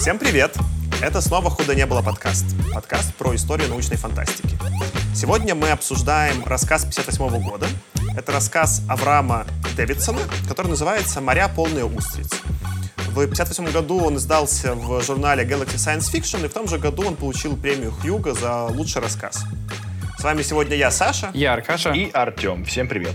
Всем привет! Это снова «Худо не было» подкаст. Подкаст про историю научной фантастики. Сегодня мы обсуждаем рассказ 1958 года. Это рассказ Авраама Дэвидсона, который называется «Моря, полные устриц». В 1958 году он издался в журнале Galaxy Science Fiction, и в том же году он получил премию Хьюго за лучший рассказ. С вами сегодня я, Саша. Я, Аркаша. И Артем. Всем привет.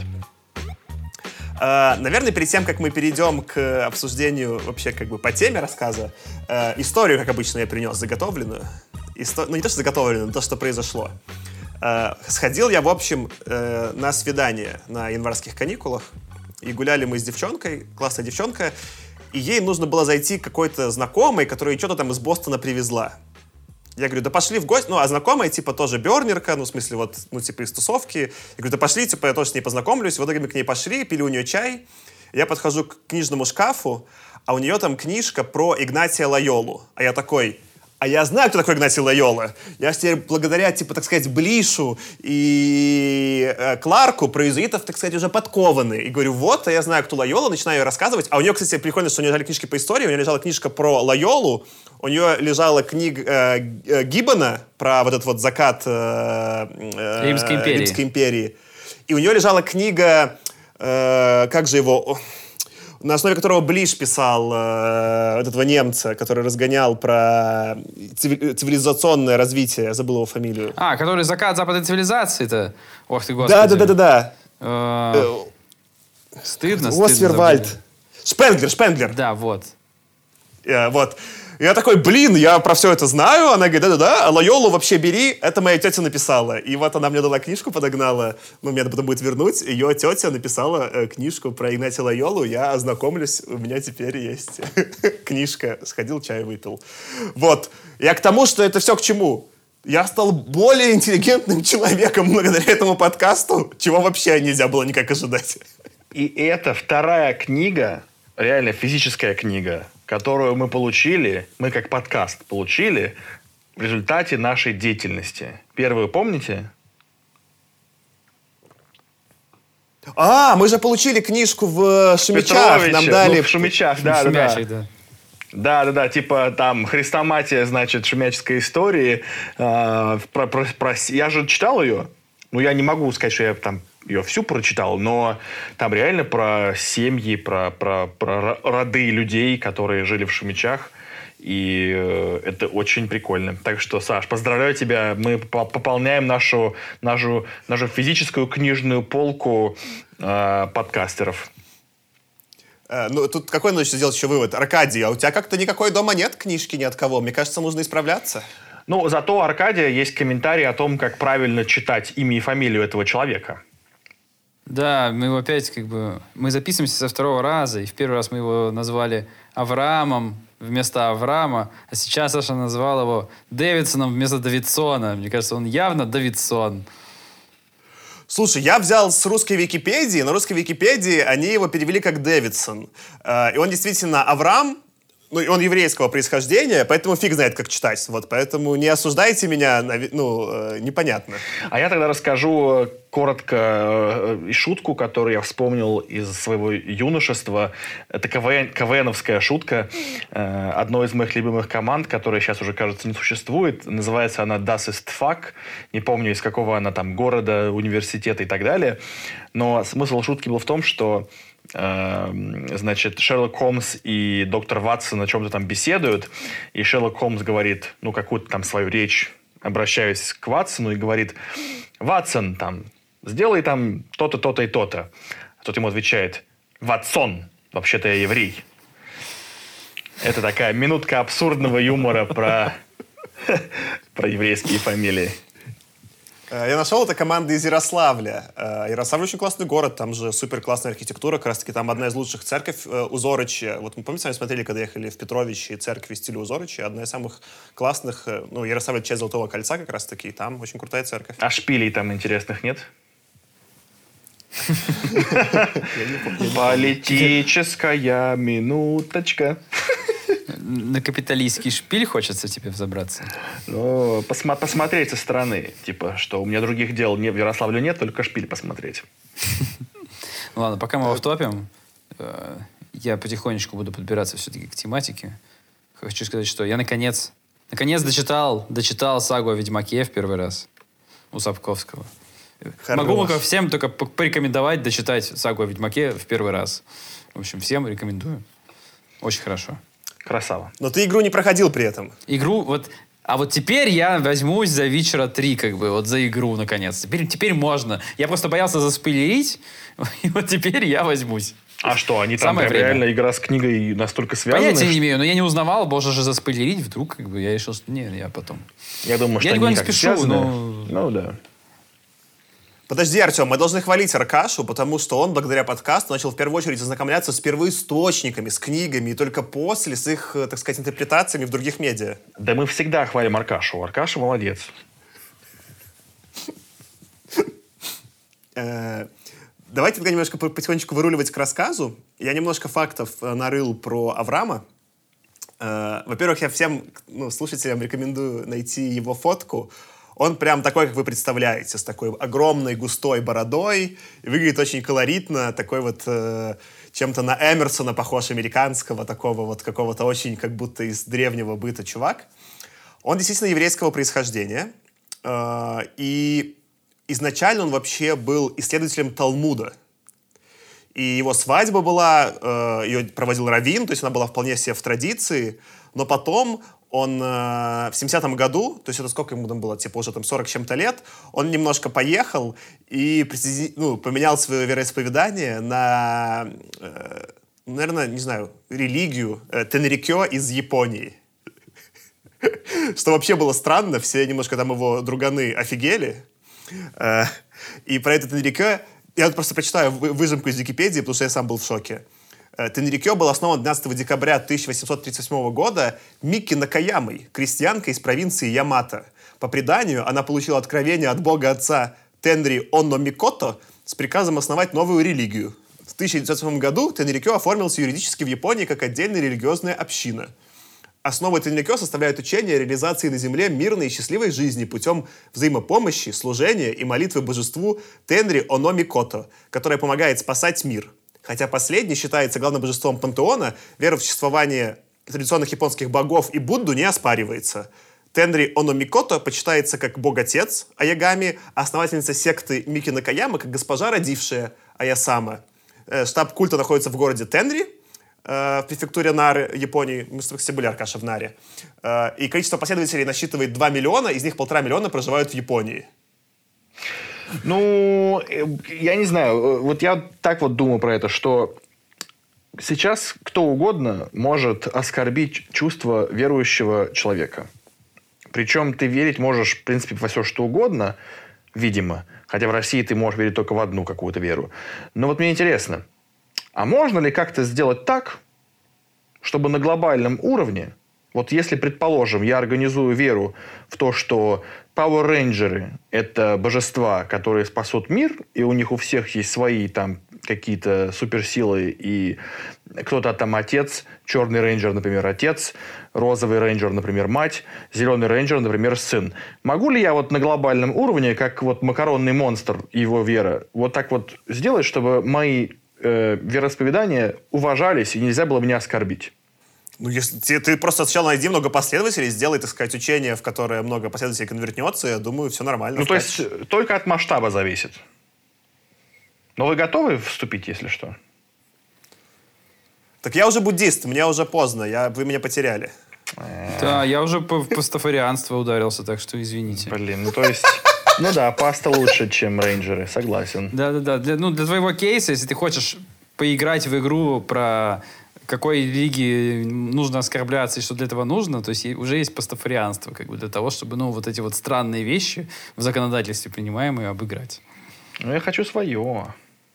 Наверное, перед тем, как мы перейдем к обсуждению вообще как бы по теме рассказа, историю, как обычно, я принес заготовленную. Ну, не то, что заготовленную, но то, что произошло. Сходил я, в общем, на свидание на январских каникулах, и гуляли мы с девчонкой, классная девчонка, и ей нужно было зайти к какой-то знакомой, которая что-то там из Бостона привезла. Я говорю, да пошли в гости. Ну, а знакомая, типа, тоже бернерка, ну, в смысле, вот, ну, типа, из тусовки. Я говорю, да пошли, типа, я тоже с ней познакомлюсь. В итоге мы к ней пошли, пили у нее чай. Я подхожу к книжному шкафу, а у нее там книжка про Игнатия Лойолу. А я такой, а я знаю, кто такой Игнатий Лойола. Я же теперь благодаря, типа, так сказать, Блишу и Кларку про иезуитов, так сказать, уже подкованы. И говорю, вот, а я знаю, кто Лойола, начинаю ее рассказывать. А у нее, кстати, прикольно, что у нее лежали книжки по истории, у нее лежала книжка про Лойолу, у нее лежала книга Гиббона про вот этот вот закат Римской империи. И у нее лежала книга, как же его... на основе которого Блиш писал этого немца, который разгонял про цивилизационное развитие. Я забыл его фамилию. Который «Закат западной цивилизации»-то? Ох ты, господи. Да. Стыдно. Остервальд. Шпенглер. Да, вот. Вот. Я такой, блин, я про все это знаю. Она говорит, да-да-да, а Лойолу вообще бери, это моя тетя написала. И вот она мне дала книжку, подогнала, ну, мне надо потом будет вернуть. Ее тетя написала книжку про Игнатия Лойолу, я ознакомлюсь, у меня теперь есть книжка. Сходил, чай выпил. Вот. Я к тому, что это все к чему? Я стал более интеллигентным человеком благодаря этому подкасту, чего вообще нельзя было никак ожидать. И это вторая книга, реально физическая книга, которую мы получили, мы как подкаст получили в результате нашей деятельности. Первую помните? Мы же получили книжку в Шумичах. Нам дали... в Шумичах, да. Да, типа там хрестоматия, значит, шумяческой истории. Я же читал ее. Ну, я не могу сказать, что я там ее всю прочитал, но там реально про семьи, про роды людей, которые жили в Шумичах. И это очень прикольно. Так что, Саш, поздравляю тебя. Мы пополняем нашу физическую книжную полку подкастеров. Ну, тут какой нужно сделать еще вывод? Аркадий, а у тебя как-то никакой дома нет книжки ни от кого? Мне кажется, нужно исправляться. Ну, зато у Аркадия есть комментарий о том, как правильно читать имя и фамилию этого человека. Да, мы его опять мы записываемся со второго раза, и в первый раз мы его назвали Авраамом вместо Авраама, а сейчас Саша назвал его Дэвидсоном вместо Давидсона. Мне кажется, он явно Давидсон. Слушай, я взял с русской Википедии, на русской Википедии они его перевели как Дэвидсон. И он действительно Авраам, ну, и он еврейского происхождения, поэтому фиг знает, как читать. Вот, поэтому не осуждайте меня, непонятно. А я тогда расскажу коротко шутку, которую я вспомнил из своего юношества. Это КВНовская шутка одной из моих любимых команд, которая сейчас уже, кажется, не существует. Называется она Das ist Fuck. Не помню, из какого она там города, университета и так далее. Но смысл шутки был в том, что значит, Шерлок Холмс и доктор Ватсон о чем-то там беседуют, и Шерлок Холмс говорит, ну, какую-то там свою речь, обращаясь к Ватсону, и говорит, Ватсон, там, сделай там то-то, то-то и то-то. А тот ему отвечает, Ватсон, вообще-то я еврей. Это такая минутка абсурдного юмора про еврейские фамилии. Я нашел, это команда из Ярославля. Ярославль очень классный город, там же супер классная архитектура, как раз таки там одна из лучших церковь Узорыча. Вот мы, помните, с вами смотрели, когда ехали в Петровичи, церкви в стиле Узорыча, одна из самых классных, Ярославль, часть Золотого кольца как раз таки, там очень крутая церковь. А шпилей там интересных нет? Политическая минуточка. На капиталистский шпиль хочется тебе взобраться? Ну, посмотреть со стороны. Типа, что у меня других дел в Ярославле нет, только шпиль посмотреть. Ладно, пока мы его втопим, я потихонечку буду подбираться все-таки к тематике. хочу сказать, что я наконец дочитал сагу о Ведьмаке в первый раз у Сапковского. Могу всем только порекомендовать дочитать сагу о Ведьмаке в первый раз. В общем, всем рекомендую. Очень хорошо. Красава. Но ты игру не проходил при этом. Игру, вот... А вот теперь я возьмусь за Witcher 3, как бы, вот за игру, наконец. Теперь можно. Я просто боялся заспойлерить, и вот теперь я возьмусь. А что, они там прям реально игра с книгой настолько связаны? Понятия не имею, но я не узнавал, можно же заспойлерить, вдруг, как бы, я решил, что нет, я потом. Я думаю, что я они не как спешу, связаны. но... Ну, да. Подожди, Артем, мы должны хвалить Аркашу, потому что он, благодаря подкасту, начал в первую очередь ознакомляться с первоисточниками, с книгами, и только после с их, так сказать, интерпретациями в других медиа. Да мы всегда хвалим Аркашу. Аркаша молодец. Давайте тогда немножко потихонечку выруливать к рассказу. Я немножко фактов нарыл про Авраама. Во-первых, я всем слушателям рекомендую найти его фотку. Он прям такой, как вы представляете, с такой огромной густой бородой. И выглядит очень колоритно, такой вот чем-то на Эмерсона похож, американского, такого вот какого-то очень как будто из древнего быта чувак. Он действительно еврейского происхождения. И изначально он вообще был исследователем Талмуда. И его свадьба была, ее проводил раввин, то есть она была вполне себе в традиции. Но потом он в 70-м году, то есть это сколько ему там было, типа уже там 40 с чем-то лет, он немножко поехал и поменял свое вероисповедание на, наверное, не знаю, религию Тенрикё из Японии. Что вообще было странно, все немножко там его друганы офигели. И про этот Тенрикё я вот просто прочитаю выжимку из Википедии, потому что я сам был в шоке. Тенрикё был основан 12 декабря 1838 года Микки Накаямой, крестьянкой из провинции Ямато. По преданию, она получила откровение от бога отца Тенри Онно Микото с приказом основать новую религию. В 1907 году Тенрикё оформился юридически в Японии как отдельная религиозная община. Основой Тенрикё составляют учение о реализации на земле мирной и счастливой жизни путем взаимопомощи, служения и молитвы божеству Тенри Онно Микото, которое помогает спасать мир. Хотя последний считается главным божеством пантеона, вера в существование традиционных японских богов и Будду не оспаривается. Тенри Онно Микото почитается как бог-отец Аягами, а основательница секты Микки Накаяма как госпожа, родившая Аясама. Штаб культа находится в городе Тенри, в префектуре Нары, Японии. Мы, кстати, были, Аркаша, в Наре. И количество последователей насчитывает 2 миллиона, из них 1,5 миллиона проживают в Японии. Ну, я не знаю. Вот я так вот думаю про это, что сейчас кто угодно может оскорбить чувства верующего человека. Причем ты верить можешь, в принципе, во все что угодно, видимо. Хотя в России ты можешь верить только в одну какую-то веру. Но вот мне интересно, а можно ли как-то сделать так, чтобы на глобальном уровне, вот если, предположим, я организую веру в то, что Power Rangers – это божества, которые спасут мир, и у них у всех есть свои там какие-то суперсилы, и кто-то там отец, черный рейнджер, например, отец, розовый рейнджер, например, мать, зеленый рейнджер, например, сын. Могу ли я вот на глобальном уровне, как вот макаронный монстр и его вера, вот так вот сделать, чтобы мои вероисповедания уважались, и нельзя было меня оскорбить? Ну, если ты просто сначала найди много последователей, сделай, так сказать, учение, в которое много последователей конвертнется, я думаю, все нормально. Ну, то есть, только от масштаба зависит. Но вы готовы вступить, если что? Так я уже буддист, мне уже поздно, вы меня потеряли. Да, я уже в пастафарианство ударился, так что извините. Блин, ну то есть... Ну да, паста лучше, чем рейнджеры, согласен. Да. Для твоего кейса, если ты хочешь поиграть в игру про какой религии нужно оскорбляться и что для этого нужно, то есть уже есть пастафарианство, как бы для того, чтобы, вот эти вот странные вещи в законодательстве принимаемые обыграть. Ну, я хочу свое.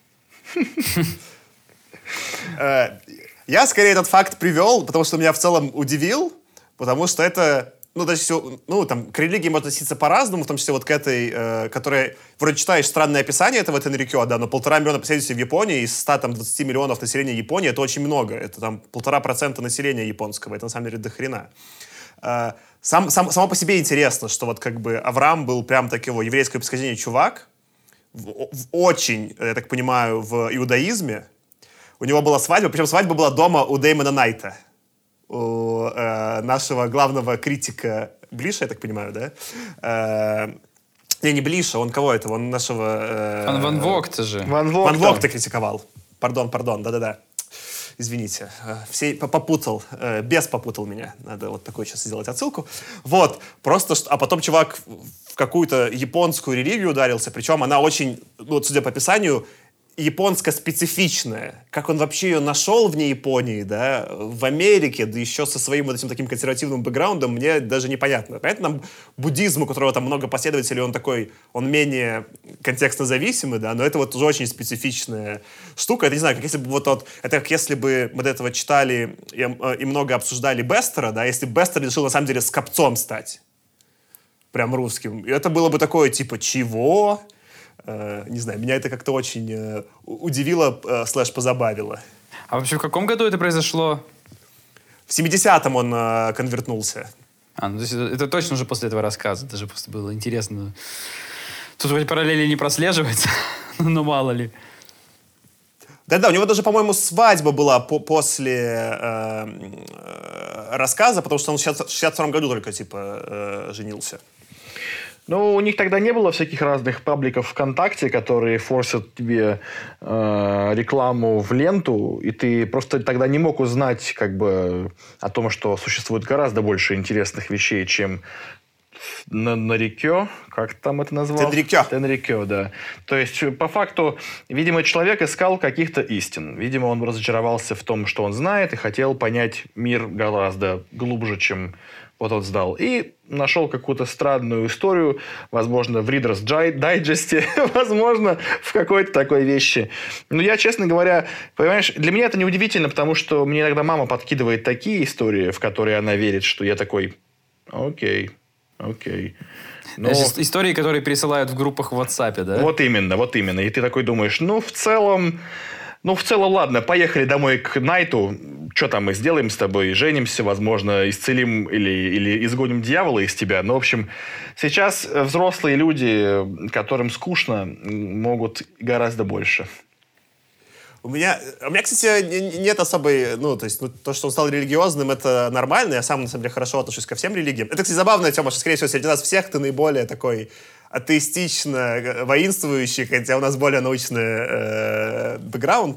Я скорее этот факт привел, потому что меня в целом удивил, потому что это... к религии можно относиться по-разному, в том числе вот к этой, которая... Вроде читаешь странное описание этого Тенрикё, да, но 1,5 миллиона последователей в Японии из 120 миллионов населения Японии, это очень много. Это там 1,5% населения японского. Это на самом деле дохрена. Само по себе интересно, что вот как бы Авраам был прям такого еврейского происхождения чувак, очень, я так понимаю, в иудаизме. У него была свадьба, причем свадьба была дома у Дэймона Найта. нашего главного критика Блиша, я так понимаю, да? Не Блиша, он кого это? Он нашего... Ван Вогта же. Ван Вогта критиковал. Пардон, да-да-да. Извините, попутал, бес попутал меня. Надо вот такую сейчас сделать отсылку. Вот, просто, а потом чувак в какую-то японскую религию ударился, причем она очень, ну, судя по описанию, японско-специфичная. Как он вообще ее нашел вне Японии, да, в Америке, да еще со своим вот этим таким консервативным бэкграундом, мне даже непонятно. Понятно, нам буддизм, у которого там много последователей, он такой, он менее контекстно зависимый, да, но это вот уже очень специфичная штука. Это, не знаю, как если бы это как если бы мы до этого читали и много обсуждали Бестера, да, если бы Бестер решил на самом деле скопцом стать. Прям русским. И это было бы такое, типа, чего? Не знаю, меня это как-то очень удивило, /позабавило. А вообще в каком году это произошло? В 70-м он конвертнулся. Ну, то есть это точно уже после этого рассказа. Даже просто было интересно. Тут вроде параллели не прослеживается, но мало ли. Да-да, у него даже, по-моему, свадьба была после рассказа, потому что он в 62-м году только, типа, женился. Ну, у них тогда не было всяких разных пабликов ВКонтакте, которые форсят тебе рекламу в ленту, и ты просто тогда не мог узнать как бы о том, что существует гораздо больше интересных вещей, чем Нарикё, как там это назвал? Тенрикё, да. То есть, по факту, видимо, человек искал каких-то истин. Видимо, он разочаровался в том, что он знает, и хотел понять мир гораздо глубже, чем вот он сдал. И нашел какую-то странную историю, возможно, в Reader's Digest, возможно, в какой-то такой вещи. Но я, честно говоря, понимаешь, для меня это неудивительно, потому что мне иногда мама подкидывает такие истории, в которые она верит, что я такой, окей. Но... Истории, которые пересылают в группах в WhatsApp, да? Вот именно. И ты такой думаешь, в целом, ладно, поехали домой к Найту. Что там мы сделаем с тобой? Женимся, возможно, исцелим или изгоним дьявола из тебя. Ну, в общем, сейчас взрослые люди, которым скучно, могут гораздо больше. У меня, кстати, нет особой... то, что он стал религиозным, это нормально. Я сам, на самом деле, хорошо отношусь ко всем религиям. Это, кстати, забавно, Тёма, что, скорее всего, среди нас всех ты наиболее такой атеистично воинствующий, хотя у нас более научный бэкграунд.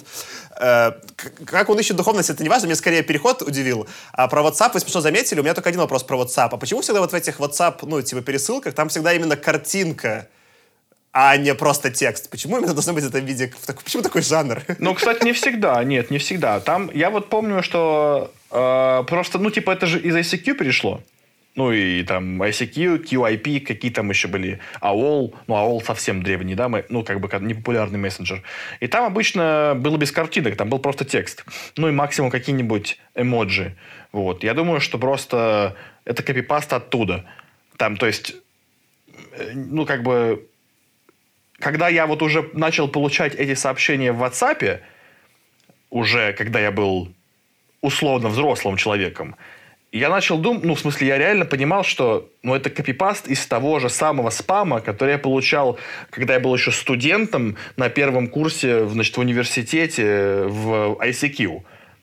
Как он ищет духовность, это не важно. Меня скорее переход удивил. А про WhatsApp, вы смешно заметили, у меня только один вопрос про WhatsApp. А почему всегда вот в этих WhatsApp, пересылках, там всегда именно картинка, а не просто текст? Почему именно должно быть это в виде... Почему такой жанр? Кстати, не всегда. Нет, не всегда. Там, я вот помню, что просто, это же из ICQ перешло. И там ICQ, QIP, какие там еще были, AOL. AOL совсем древний, да, непопулярный мессенджер. И там обычно было без картинок, там был просто текст. И максимум какие-нибудь эмоджи. Вот. Я думаю, что просто это копипаст оттуда. Там, то есть, когда я вот уже начал получать эти сообщения в WhatsApp, уже когда я был условно взрослым человеком, я начал думать, я реально понимал, что это копипаст из того же самого спама, который я получал, когда я был еще студентом на первом курсе в университете в ICQ.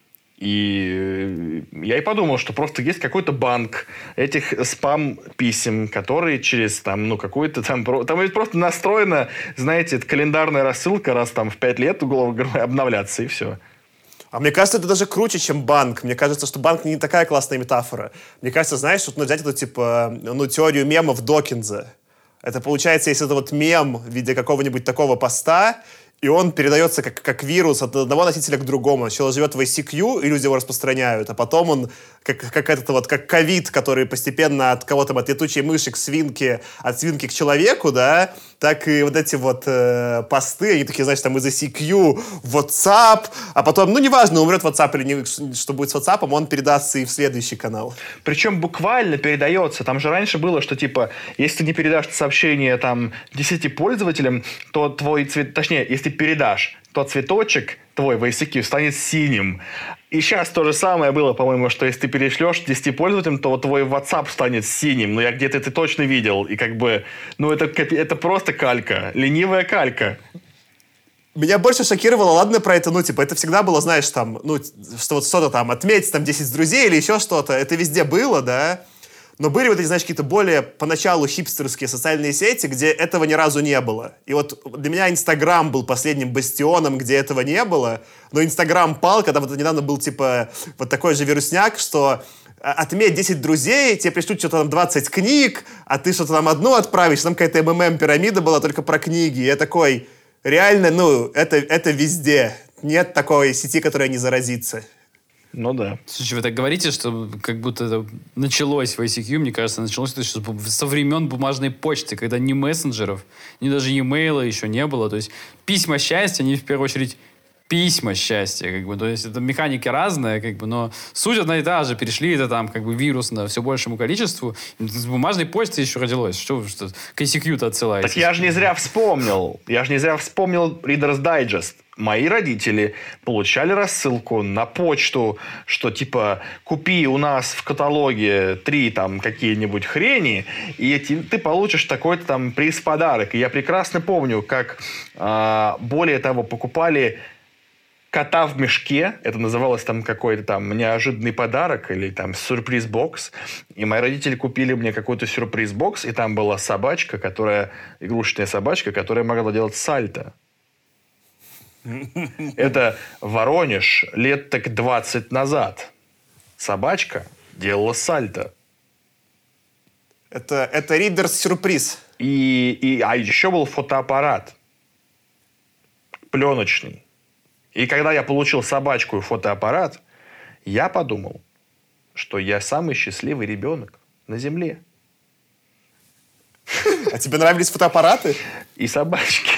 И я и подумал, что просто есть какой-то банк этих спам-писем, которые через какой-то там ведь просто настроена, знаете, календарная рассылка раз в 5 лет обновляться, и все. А мне кажется, это даже круче, чем банк. Мне кажется, что банк не такая классная метафора. Мне кажется, знаешь, взять эту, теорию мемов Докинза. Это получается, если это вот мем в виде какого-нибудь такого поста, и он передается как вирус от одного носителя к другому. Он сначала живет в ICQ, и люди его распространяют, а потом он как ковид, который постепенно от кого-то, от летучей мыши к свинке, от свинки к человеку, да, так и вот эти вот посты, они такие, значит, там из ICQ в WhatsApp, а потом, неважно, умрет WhatsApp или не, что будет с WhatsApp, он передастся и в следующий канал. Причем буквально передается. Там же раньше было, что, если ты не передашь сообщение, 10 пользователям, то твой цвет... Точнее, если передашь, то цветочек твой в ICQ станет синим. И сейчас то же самое было, по-моему, что если ты перешлешь 10 пользователям, то твой WhatsApp станет синим. Я где-то это точно видел. И это просто калька. Ленивая калька. Меня больше шокировало, ладно, про это, ну, типа, это всегда было, знаешь, там, ну, что вот что-то там, отметить там 10 друзей или еще что-то, это везде было, да, но были вот эти, знаешь, какие-то более поначалу хипстерские социальные сети, где этого ни разу не было. И вот для меня Инстаграм был последним бастионом, где этого не было, но Инстаграм пал, когда вот недавно был, типа, вот такой же вирусняк, что отметь 10 друзей, тебе пришлют что-то там 20 книг, а ты что-то там одну отправишь, там какая-то МММ-пирамида была только про книги, и я такой... Реально, ну, это везде. Нет такой сети, которая не заразится. Ну да. Слушай, вы так говорите, что как будто это началось в ICQ, мне кажется, началось это еще со времен бумажной почты, когда ни мессенджеров, ни даже e-mail еще не было. То есть письма счастья, они в первую очередь письма счастья, как бы, то есть это механики разные, как бы, но суть одна и та же, перешли это там, как бы, вирусно все большему количеству, с бумажной почты еще родилось, что к ICQ-то отсылаете? Так я же не зря вспомнил Reader's Digest. Мои родители получали рассылку на почту, что типа купи у нас в каталоге 3 там какие-нибудь хрени, и ты получишь такой-то там приз в подарок. И я прекрасно помню, как более того покупали кота в мешке, это называлось там какой-то там неожиданный подарок или там сюрприз-бокс. И мои родители купили мне какой-то сюрприз-бокс, и там была собачка, игрушечная собачка, которая могла делать сальто. Это Воронеж лет так 20 назад. Собачка делала сальто. Это ридер-сюрприз. А еще был фотоаппарат. Пленочный. И когда я получил собачку и фотоаппарат, я подумал, что я самый счастливый ребенок на Земле. А тебе нравились фотоаппараты? И собачки.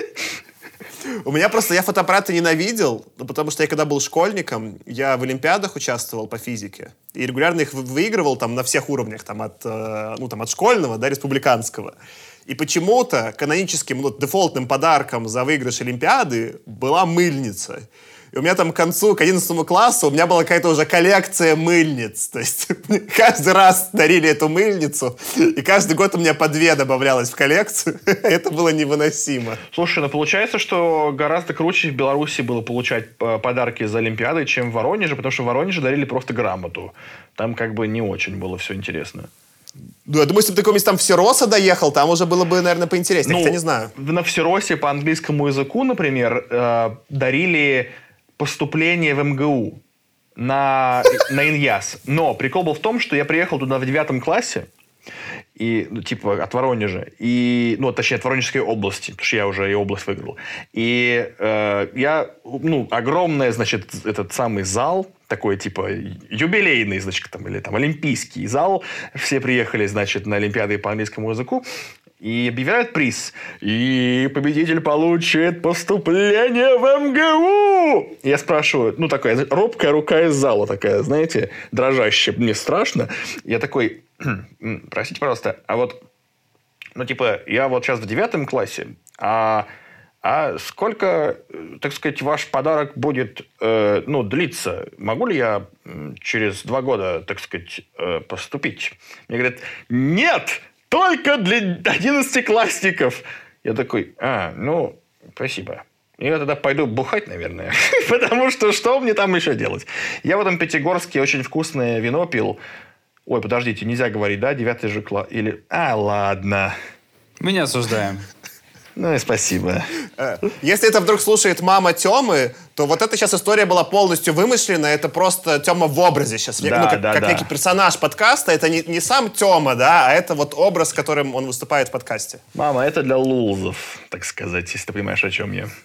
У меня просто, я фотоаппараты ненавидел, потому что я когда был школьником, я в олимпиадах участвовал по физике. И регулярно их выигрывал там на всех уровнях, там от школьного до республиканского. И почему-то каноническим, дефолтным подарком за выигрыш Олимпиады была мыльница. И у меня там к 11 классу у меня была какая-то уже коллекция мыльниц. То есть каждый раз дарили эту мыльницу, и каждый год у меня по 2 добавлялось в коллекцию. Это было невыносимо. Слушай, получается, что гораздо круче в Беларуси было получать подарки за Олимпиады, чем в Воронеже, потому что в Воронеже дарили просто грамоту. Там как бы не очень было все интересно. Ну, я думаю, если бы ты какого-нибудь там Всероса доехал, там уже было бы, наверное, поинтереснее. Хотя не знаю. На Всеросе по английскому языку, например, дарили поступление в МГУ на ИНЯС. Но прикол был в том, что я приехал туда в 9 классе, и, от Воронежа, точнее, от Воронежской области, потому что я уже и область выиграл. И огромный, значит, этот самый зал, такой, юбилейный, значит, там, или там олимпийский зал. Все приехали, значит, на Олимпиады по английскому языку. И объявляют приз. И победитель получит поступление в МГУ. И я спрашиваю, такая робкая рука из зала такая, знаете, дрожащая. Мне страшно. Я такой, простите, пожалуйста, а вот, я вот сейчас в 9 классе, а сколько, так сказать, ваш подарок будет, длиться? Могу ли я через 2 года, так сказать, поступить? Мне говорят, нет! Только для 11-классников. Я такой, спасибо. Я тогда пойду бухать, наверное. Потому что мне там еще делать? Я в этом Пятигорске очень вкусное вино пил. Ой, подождите, нельзя говорить, да? 9 же класс. Или... ладно. Мы не осуждаем. Ну и спасибо. Если это вдруг слушает мама Темы, то вот эта сейчас история была полностью вымышлена. Это просто Тема в образе сейчас. Как некий персонаж подкаста. Это не сам Тема, да, а это вот образ, с которым он выступает в подкасте. Мама, это для лулзов, так сказать, если ты понимаешь, о чем я.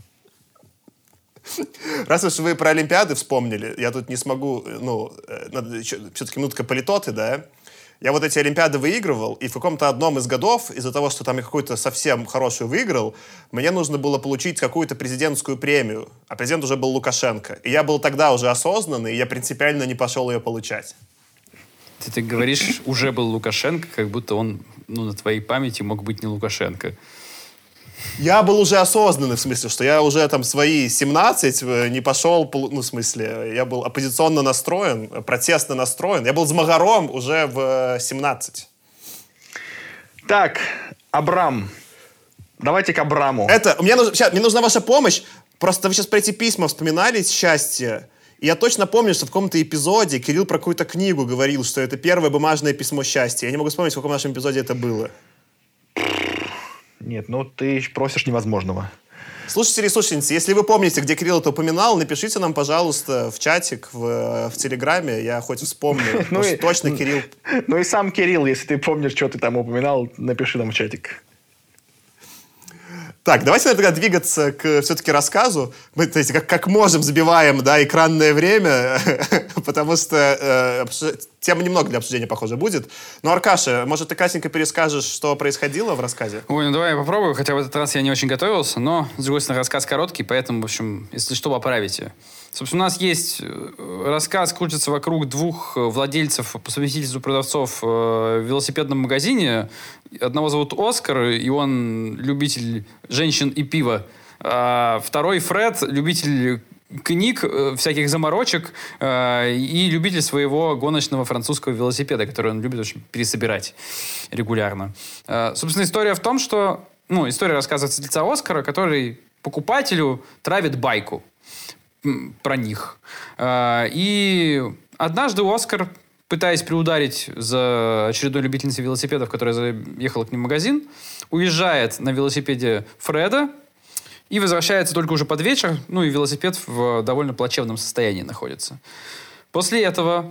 Раз уж вы про Олимпиады вспомнили, я тут не смогу, надо все-таки минутка политоты, да. Я вот эти Олимпиады выигрывал, и в каком-то одном из годов, из-за того, что там я какую-то совсем хорошую выиграл, мне нужно было получить какую-то президентскую премию, а президент уже был Лукашенко. И я был тогда уже осознанный, и я принципиально не пошел ее получать. Ты говоришь, уже был Лукашенко, как будто он, на твоей памяти мог быть не Лукашенко. Я был уже осознанный, в смысле, что я уже там свои 17 не пошел, в смысле, я был оппозиционно настроен, протестно настроен. Я был змагаром уже в 17. Так, Абрам, Давайте к Абраму. Мне нужна ваша помощь. Просто вы сейчас про эти письма вспоминали счастье. И я точно помню, что в каком-то эпизоде Кирилл про какую-то книгу говорил, что это первое бумажное письмо счастья. Я не могу вспомнить, в каком нашем эпизоде это было. Нет, ты просишь невозможного. Слушатели и слушательницы, если вы помните, где Кирилл это упоминал, напишите нам, пожалуйста, в чатик, в Телеграме. Я хоть вспомню. Точно Кирилл... Ну и сам Кирилл, если ты помнишь, что ты там упоминал, напиши нам в чатик. Так, давайте тогда двигаться к все-таки рассказу. Мы, то есть, как можем, забиваем, да, экранное время, потому что тема немного для обсуждения, похоже, будет. Но, Аркаша, может, ты кратенько перескажешь, что происходило в рассказе? Ой, давай я попробую, хотя в этот раз я не очень готовился, но, с другой стороны, рассказ короткий, поэтому, в общем, если что, поправите. Собственно, у нас есть рассказ, крутится вокруг двух владельцев по совместительству продавцов в велосипедном магазине. Одного зовут Оскар, и он любитель женщин и пива. А второй Фред, любитель книг, всяких заморочек и любитель своего гоночного французского велосипеда, который он любит очень пересобирать регулярно. Собственно, история в том, что... история рассказывается с лица Оскара, который покупателю травит байку про них. И однажды Оскар, пытаясь приударить за очередной любительницей велосипедов, которая заехала к ним в магазин, уезжает на велосипеде Фреда и возвращается только уже под вечер, и велосипед в довольно плачевном состоянии находится. После этого,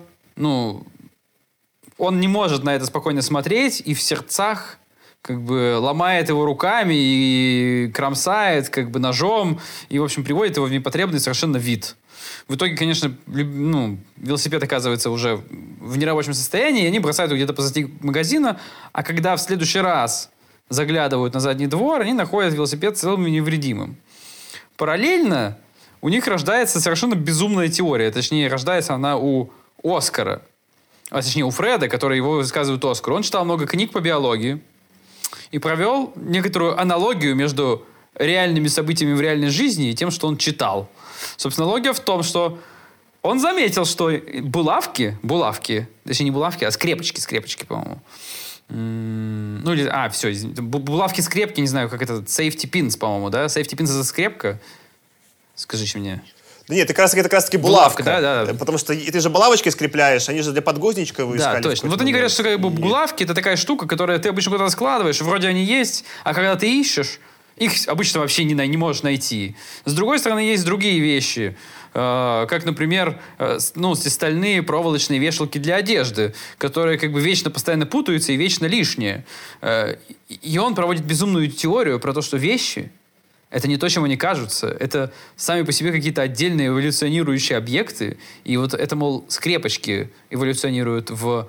он не может на это спокойно смотреть и в сердцах ломает его руками и кромсает ножом и, в общем, приводит его в непотребный совершенно вид. В итоге, конечно, велосипед оказывается уже в нерабочем состоянии, и они бросают его где-то позади магазина, а когда в следующий раз заглядывают на задний двор, они находят велосипед целым и невредимым. Параллельно у них рождается совершенно безумная теория, точнее, рождается она у Оскара, точнее, у Фреда, который его высказывает Оскару. Он читал много книг по биологии и провел некоторую аналогию между реальными событиями в реальной жизни и тем, что он читал. Собственно, логика в том, что он заметил, что булавки, точнее, не булавки, а скрепочки, по-моему. Булавки-скрепки, не знаю, как это, safety pins, по-моему, да? Safety pins — это скрепка? Скажите мне. Да нет, это как раз-таки булавка. Да. Потому что ты же булавочкой скрепляешь, они же для подгузничка вы искали. Да, точно. Вот они говорят, что булавки — это такая штука, которую ты обычно куда-то складываешь, вроде они есть, а когда ты ищешь, их обычно вообще не можешь найти. С другой стороны, есть другие вещи, как, например, стальные проволочные вешалки для одежды, которые вечно постоянно путаются и вечно лишние. И он проводит безумную теорию про то, что вещи — это не то, чем они кажутся. Это сами по себе какие-то отдельные эволюционирующие объекты. И вот это, мол, скрепочки эволюционируют в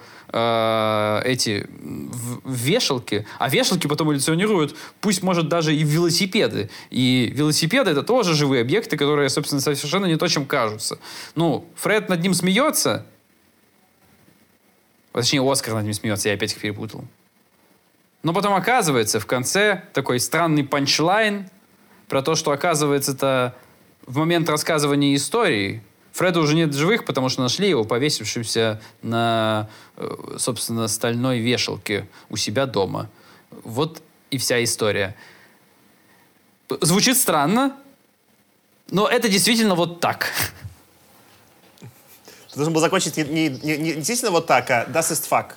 вешалки, а вешалки потом эволюционируют, пусть, может, даже и в велосипеды. И велосипеды — это тоже живые объекты, которые, собственно, совершенно не то, чем кажутся. Фред над ним смеется. Точнее, Оскар над ним смеется, я опять их перепутал. Но потом оказывается, в конце такой странный панчлайн про то, что, оказывается, это в момент рассказывания истории Фреда уже нет в живых, потому что нашли его повесившимся на, собственно, стальной вешалке у себя дома. Вот и вся история. Звучит странно, но это действительно вот так. Ты должен был закончить не действительно вот так, а das ist fuck.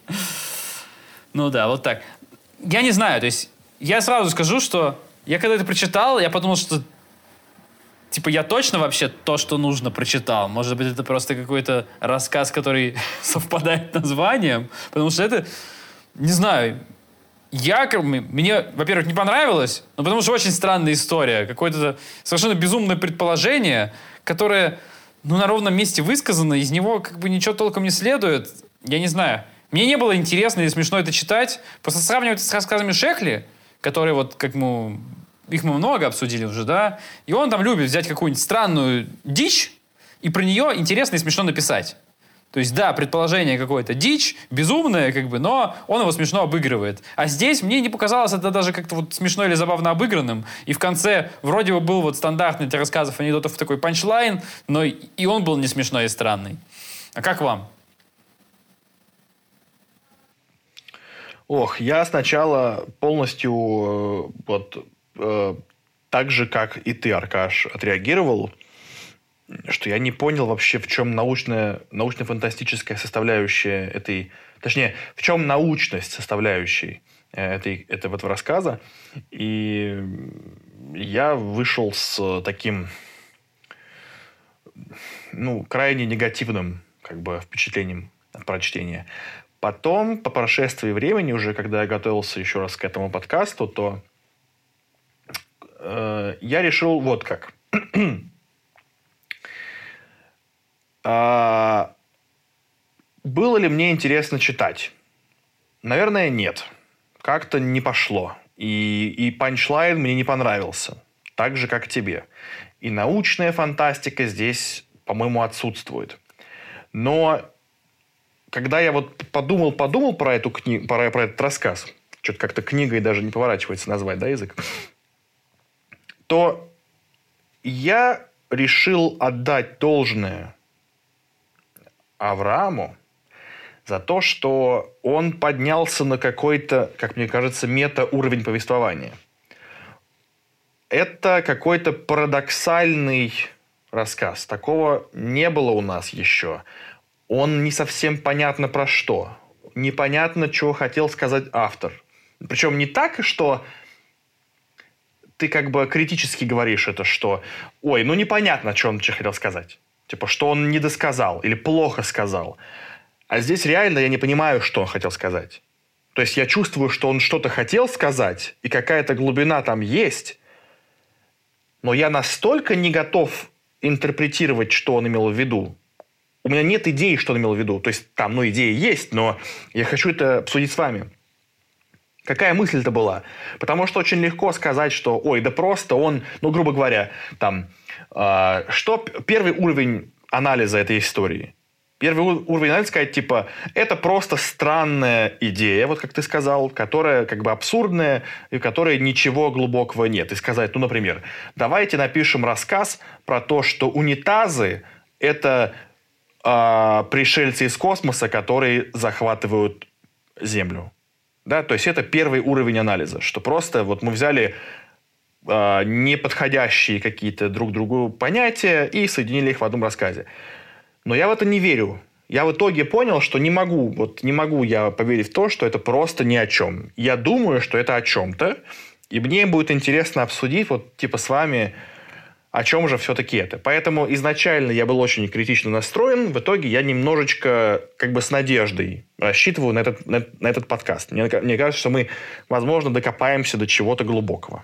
Вот так. Я не знаю, то есть я сразу скажу, что я когда это прочитал, я подумал, что я точно вообще то, что нужно, прочитал. Может быть, это просто какой-то рассказ, который совпадает с названием. Потому что это, не знаю, мне, во-первых, не понравилось, но потому что очень странная история. Какое-то совершенно безумное предположение, которое, на ровном месте высказано, из него ничего толком не следует. Я не знаю. Мне не было интересно или смешно это читать. Просто сравнивать с рассказами Шехли, которые их мы много обсудили уже, да? И он там любит взять какую-нибудь странную дичь и про нее интересно и смешно написать. То есть, да, предположение какое-то дичь, безумное, но он его смешно обыгрывает. А здесь мне не показалось это даже как-то смешно или забавно обыгранным. И в конце вроде бы был стандартный для рассказов анекдотов такой панчлайн, но и он был не смешной и странный. А как вам? Ох, я сначала полностью так же, как и ты, Аркаш, отреагировал, что я не понял вообще, в чем научно-фантастическая составляющая этой... Точнее, в чем научность составляющей этого рассказа. И я вышел с таким, крайне негативным впечатлением от прочтения. Потом, по прошествии времени, уже когда я готовился еще раз к этому подкасту, то я решил вот как. Было ли мне интересно читать? Наверное, нет. Как-то не пошло. И панчлайн мне не понравился. Так же, как тебе. И научная фантастика здесь, по-моему, отсутствует. Но когда я подумал про эту книгу, про этот рассказ, что-то как-то книгой даже не поворачивается назвать, да, язык, то я решил отдать должное Аврааму за то, что он поднялся на какой-то, как мне кажется, мета-уровень повествования. Это какой-то парадоксальный рассказ. Такого не было у нас еще. Он не совсем понятно про что. Непонятно, чего хотел сказать автор. Причем не так, что ты критически говоришь это, что непонятно, что он хотел сказать. Типа, что он не досказал или плохо сказал. А здесь реально я не понимаю, что он хотел сказать. То есть я чувствую, что он что-то хотел сказать, и какая-то глубина там есть, но я настолько не готов интерпретировать, что он имел в виду. У меня нет идеи, что он имел в виду. То есть там, идея есть, но я хочу это обсудить с вами. Какая мысль-то была? Потому что очень легко сказать, что, да просто он, грубо говоря, что первый уровень анализа этой истории? Первый уровень анализа сказать, это просто странная идея, вот как ты сказал, которая абсурдная, и в которой ничего глубокого нет. И сказать, например, давайте напишем рассказ про то, что унитазы – это пришельцы из космоса, которые захватывают Землю. Да? То есть это первый уровень анализа, что просто мы взяли неподходящие какие-то друг другу понятия и соединили их в одном рассказе. Но я в это не верю. Я в итоге понял, что не могу я поверить в то, что это просто ни о чем. Я думаю, что это о чем-то, и мне будет интересно обсудить с вами, о чем же все-таки это. Поэтому изначально я был очень критично настроен. В итоге я немножечко с надеждой рассчитываю на этот подкаст. Мне кажется, что мы, возможно, докопаемся до чего-то глубокого.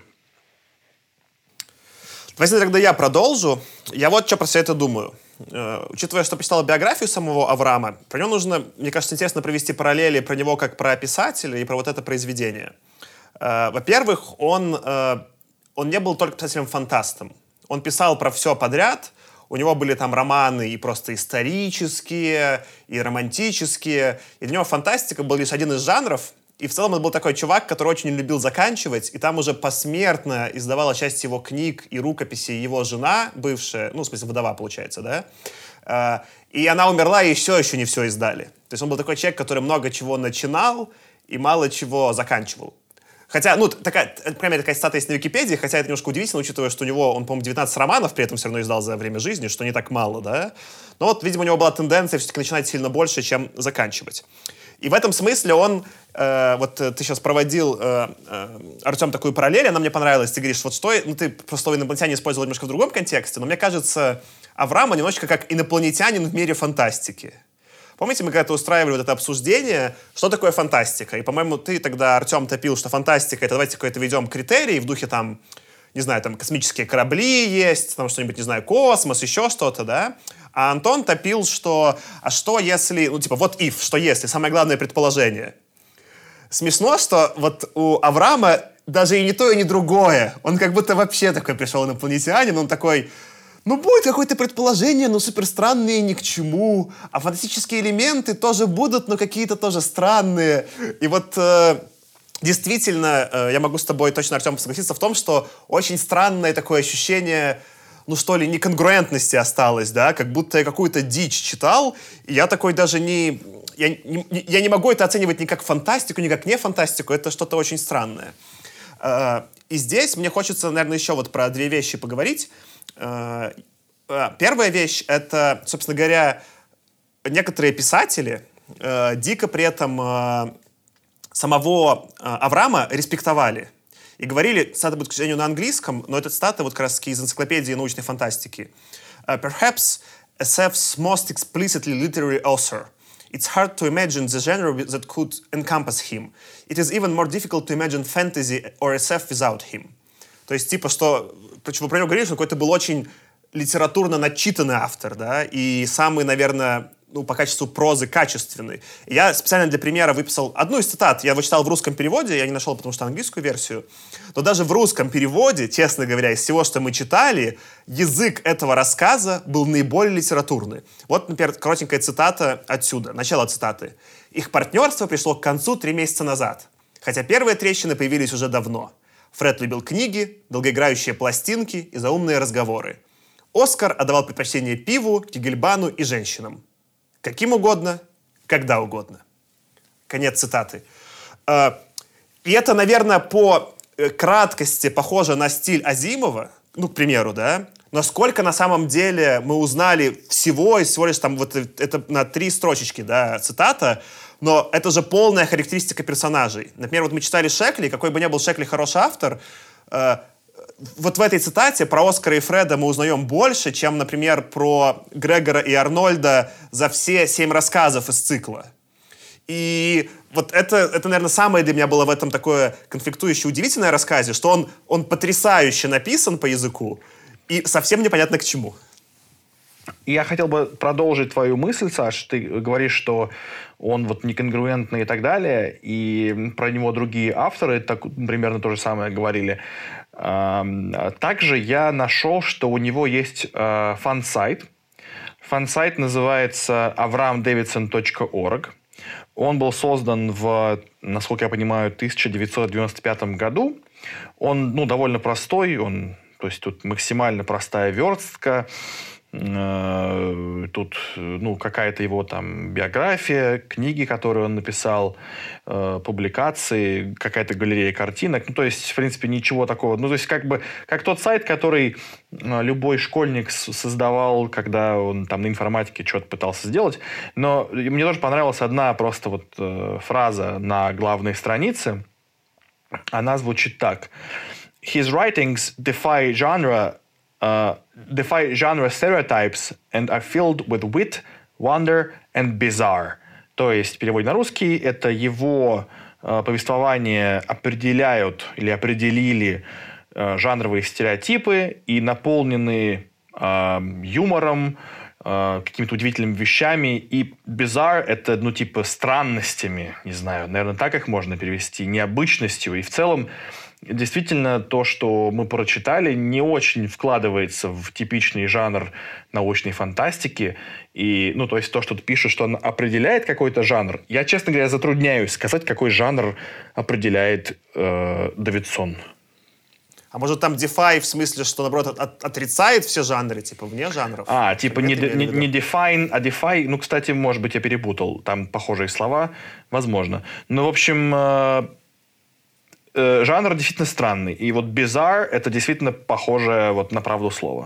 Давайте тогда я продолжу. Я вот что про все это думаю. Учитывая, что почитал биографию самого Авраама, про него нужно, мне кажется, интересно провести параллели про него как про писателя и про вот это произведение. Во-первых, он не был только писателем-фантастом. Он писал про все подряд. У него были там романы и просто исторические, и романтические. И для него фантастика был лишь один из жанров. И в целом это был такой чувак, который очень любил заканчивать, и там уже посмертно издавала часть его книг и рукописей его жена, бывшая, в смысле, вдова, получается, да? И она умерла, и еще не все издали. То есть он был такой человек, который много чего начинал и мало чего заканчивал. Хотя, такая цитата есть на Википедии, хотя это немножко удивительно, учитывая, что у него, он, по-моему, 19 романов при этом все равно издал за время жизни, что не так мало, да? Но видимо, у него была тенденция все-таки начинать сильно больше, чем заканчивать. И в этом смысле он, ты сейчас проводил, Артем, такую параллель, она мне понравилась. Ты говоришь, ты просто слово «инопланетяне» использовал немножко в другом контексте, но мне кажется, Авраама немножечко как инопланетянин в мире фантастики. Помните, мы когда-то устраивали это обсуждение, что такое фантастика? И, по-моему, ты тогда, Артем, топил, что фантастика — это давайте какой-то введем критерий в духе не знаю, космические корабли есть, что-нибудь, не знаю, космос, еще что-то, да? А Антон топил, что что если, что если, самое главное предположение. Смешно, что у Авраама даже и не то, и не другое. Он как будто вообще такой пришел инопланетянин, он такой, будет какое-то предположение, но супер странные ни к чему. А фантастические элементы тоже будут, но какие-то тоже странные. И действительно, я могу с тобой точно, Артем, согласиться в том, что очень странное такое ощущение, ну что ли, неконгруентности осталось, да, как будто я какую-то дичь читал, и я такой даже я не могу это оценивать ни как фантастику, ни как не фантастику, это что-то очень странное. И здесь мне хочется, наверное, еще вот про две вещи поговорить. Первая вещь — это, собственно говоря, некоторые писатели дико при этом самого Авраама респектовали. И говорили, цитата будет, к сожалению, на английском, но это цитата вот как раз из энциклопедии научной фантастики. Perhaps SF's most explicitly literary author. It's hard to imagine the genre that could encompass him. It is even more difficult to imagine fantasy or SF without him. То есть, типа, что... Почему про него говорили, что какой-то был очень литературно начитанный автор, да, и самый, наверное, ну, по качеству прозы качественный. Я специально для примера выписал одну из цитат. Я его читал в русском переводе, я не нашел, потому что английскую версию. Но даже в русском переводе, честно говоря, из всего, что мы читали, язык этого рассказа был наиболее литературный. Вот, например, коротенькая цитата отсюда, начало цитаты. «Их партнерство пришло к концу 3 месяца назад, хотя первые трещины появились уже давно. Фред любил книги, долгоиграющие пластинки и заумные разговоры. Оскар отдавал предпочтение пиву, кегельбану и женщинам. Каким угодно, когда угодно». Конец цитаты. И это, наверное, по краткости похоже на стиль Азимова, ну, к примеру, да, насколько на самом деле мы узнали всего, и всего лишь там вот это на 3 строчечки, да, цитата, но это же полная характеристика персонажей. Например, вот мы читали Шекли, какой бы ни был Шекли хороший автор, вот в этой цитате про Оскара и Фреда мы узнаем больше, чем, например, про Грегора и Арнольда за все 7 рассказов из цикла. И вот это, наверное, самое для меня было в этом такое конфликтующее, удивительное рассказе, что он потрясающе написан по языку и совсем непонятно к чему. Я хотел бы продолжить твою мысль, Саш. Ты говоришь, что он вот неконгруентный и так далее, и про него другие авторы так, примерно то же самое говорили. Также я нашел, что у него есть фан-сайт. Фан-сайт называется avramdavidson.org. Он был создан в, насколько я понимаю, 1995 году. Он, ну, довольно простой, то есть тут максимально простая верстка. Тут, ну, какая-то его там биография, книги, которые он написал, публикации, какая-то галерея картинок. Ну, то есть, в принципе, ничего такого. Ну, то есть, как тот сайт, который любой школьник создавал, когда он там на информатике что-то пытался сделать. Но мне тоже понравилась одна просто вот фраза на главной странице. Она звучит так. His writings defy genre stereotypes and are filled with wit, wonder and bizarre. То есть, в переводе на русский, это его повествования определяют или определили жанровые стереотипы и наполнены юмором, какими-то удивительными вещами. И bizarre — это, ну, типа, странностями, не знаю, наверное, так их можно перевести, необычностью. И в целом, действительно, то, что мы прочитали, не очень вкладывается в типичный жанр научной фантастики. И, ну, то есть то, что ты пишешь, что он определяет какой-то жанр. Я, честно говоря, затрудняюсь сказать, какой жанр определяет Давидсон. А может, там defy в смысле, что, наоборот, отрицает все жанры, типа, вне жанров? Типа не define, а defy. Ну, кстати, может быть, я перепутал. Там похожие слова. Возможно. Ну, в общем, жанр действительно странный. И вот bizarre — это действительно похоже вот на правду слова.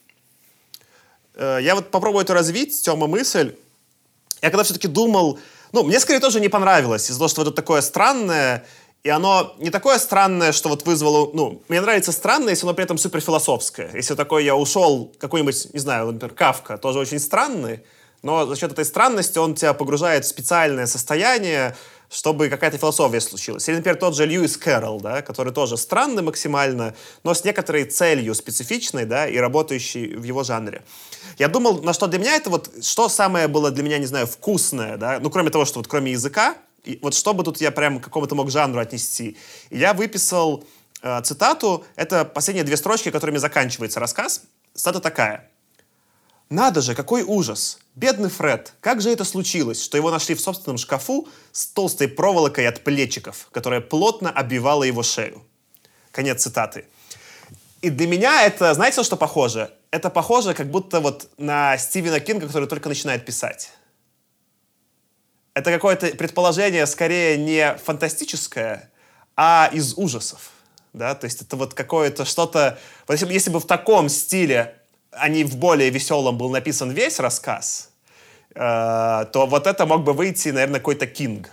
Я вот попробую это развить, Тёма, мысль. Я когда все-таки думал... Ну, мне, скорее, тоже не понравилось из-за того, что это такое странное... И оно не такое странное, что вот вызвало... Ну, мне нравится странное, если оно при этом суперфилософское. Если такой я ушел, какой-нибудь, не знаю, например, Кафка, тоже очень странный, но за счет этой странности он тебя погружает в специальное состояние, чтобы какая-то философия случилась. Или, например, тот же Льюис Кэрролл, да, который тоже странный максимально, но с некоторой целью специфичной, да, и работающей в его жанре. Я думал, на что для меня это вот... Что самое было для меня, не знаю, вкусное, да, ну, кроме того, что вот кроме языка, и вот что бы тут я прям к какому-то мог жанру отнести. И я выписал цитату. Это последние 2 строчки, которыми заканчивается рассказ. Цитата такая. «Надо же, какой ужас! Бедный Фред! Как же это случилось, что его нашли в собственном шкафу с толстой проволокой от плечиков, которая плотно обвивала его шею?» Конец цитаты. И для меня это, знаете, на что похоже? это похоже как будто вот на Стивена Кинга, который только начинает писать. Это какое-то предположение скорее не фантастическое, а из ужасов. Да? То есть это вот какое-то что-то... Вот если бы в таком стиле, а не в более веселом, был написан весь рассказ, то вот это мог бы выйти, наверное, какой-то Кинг.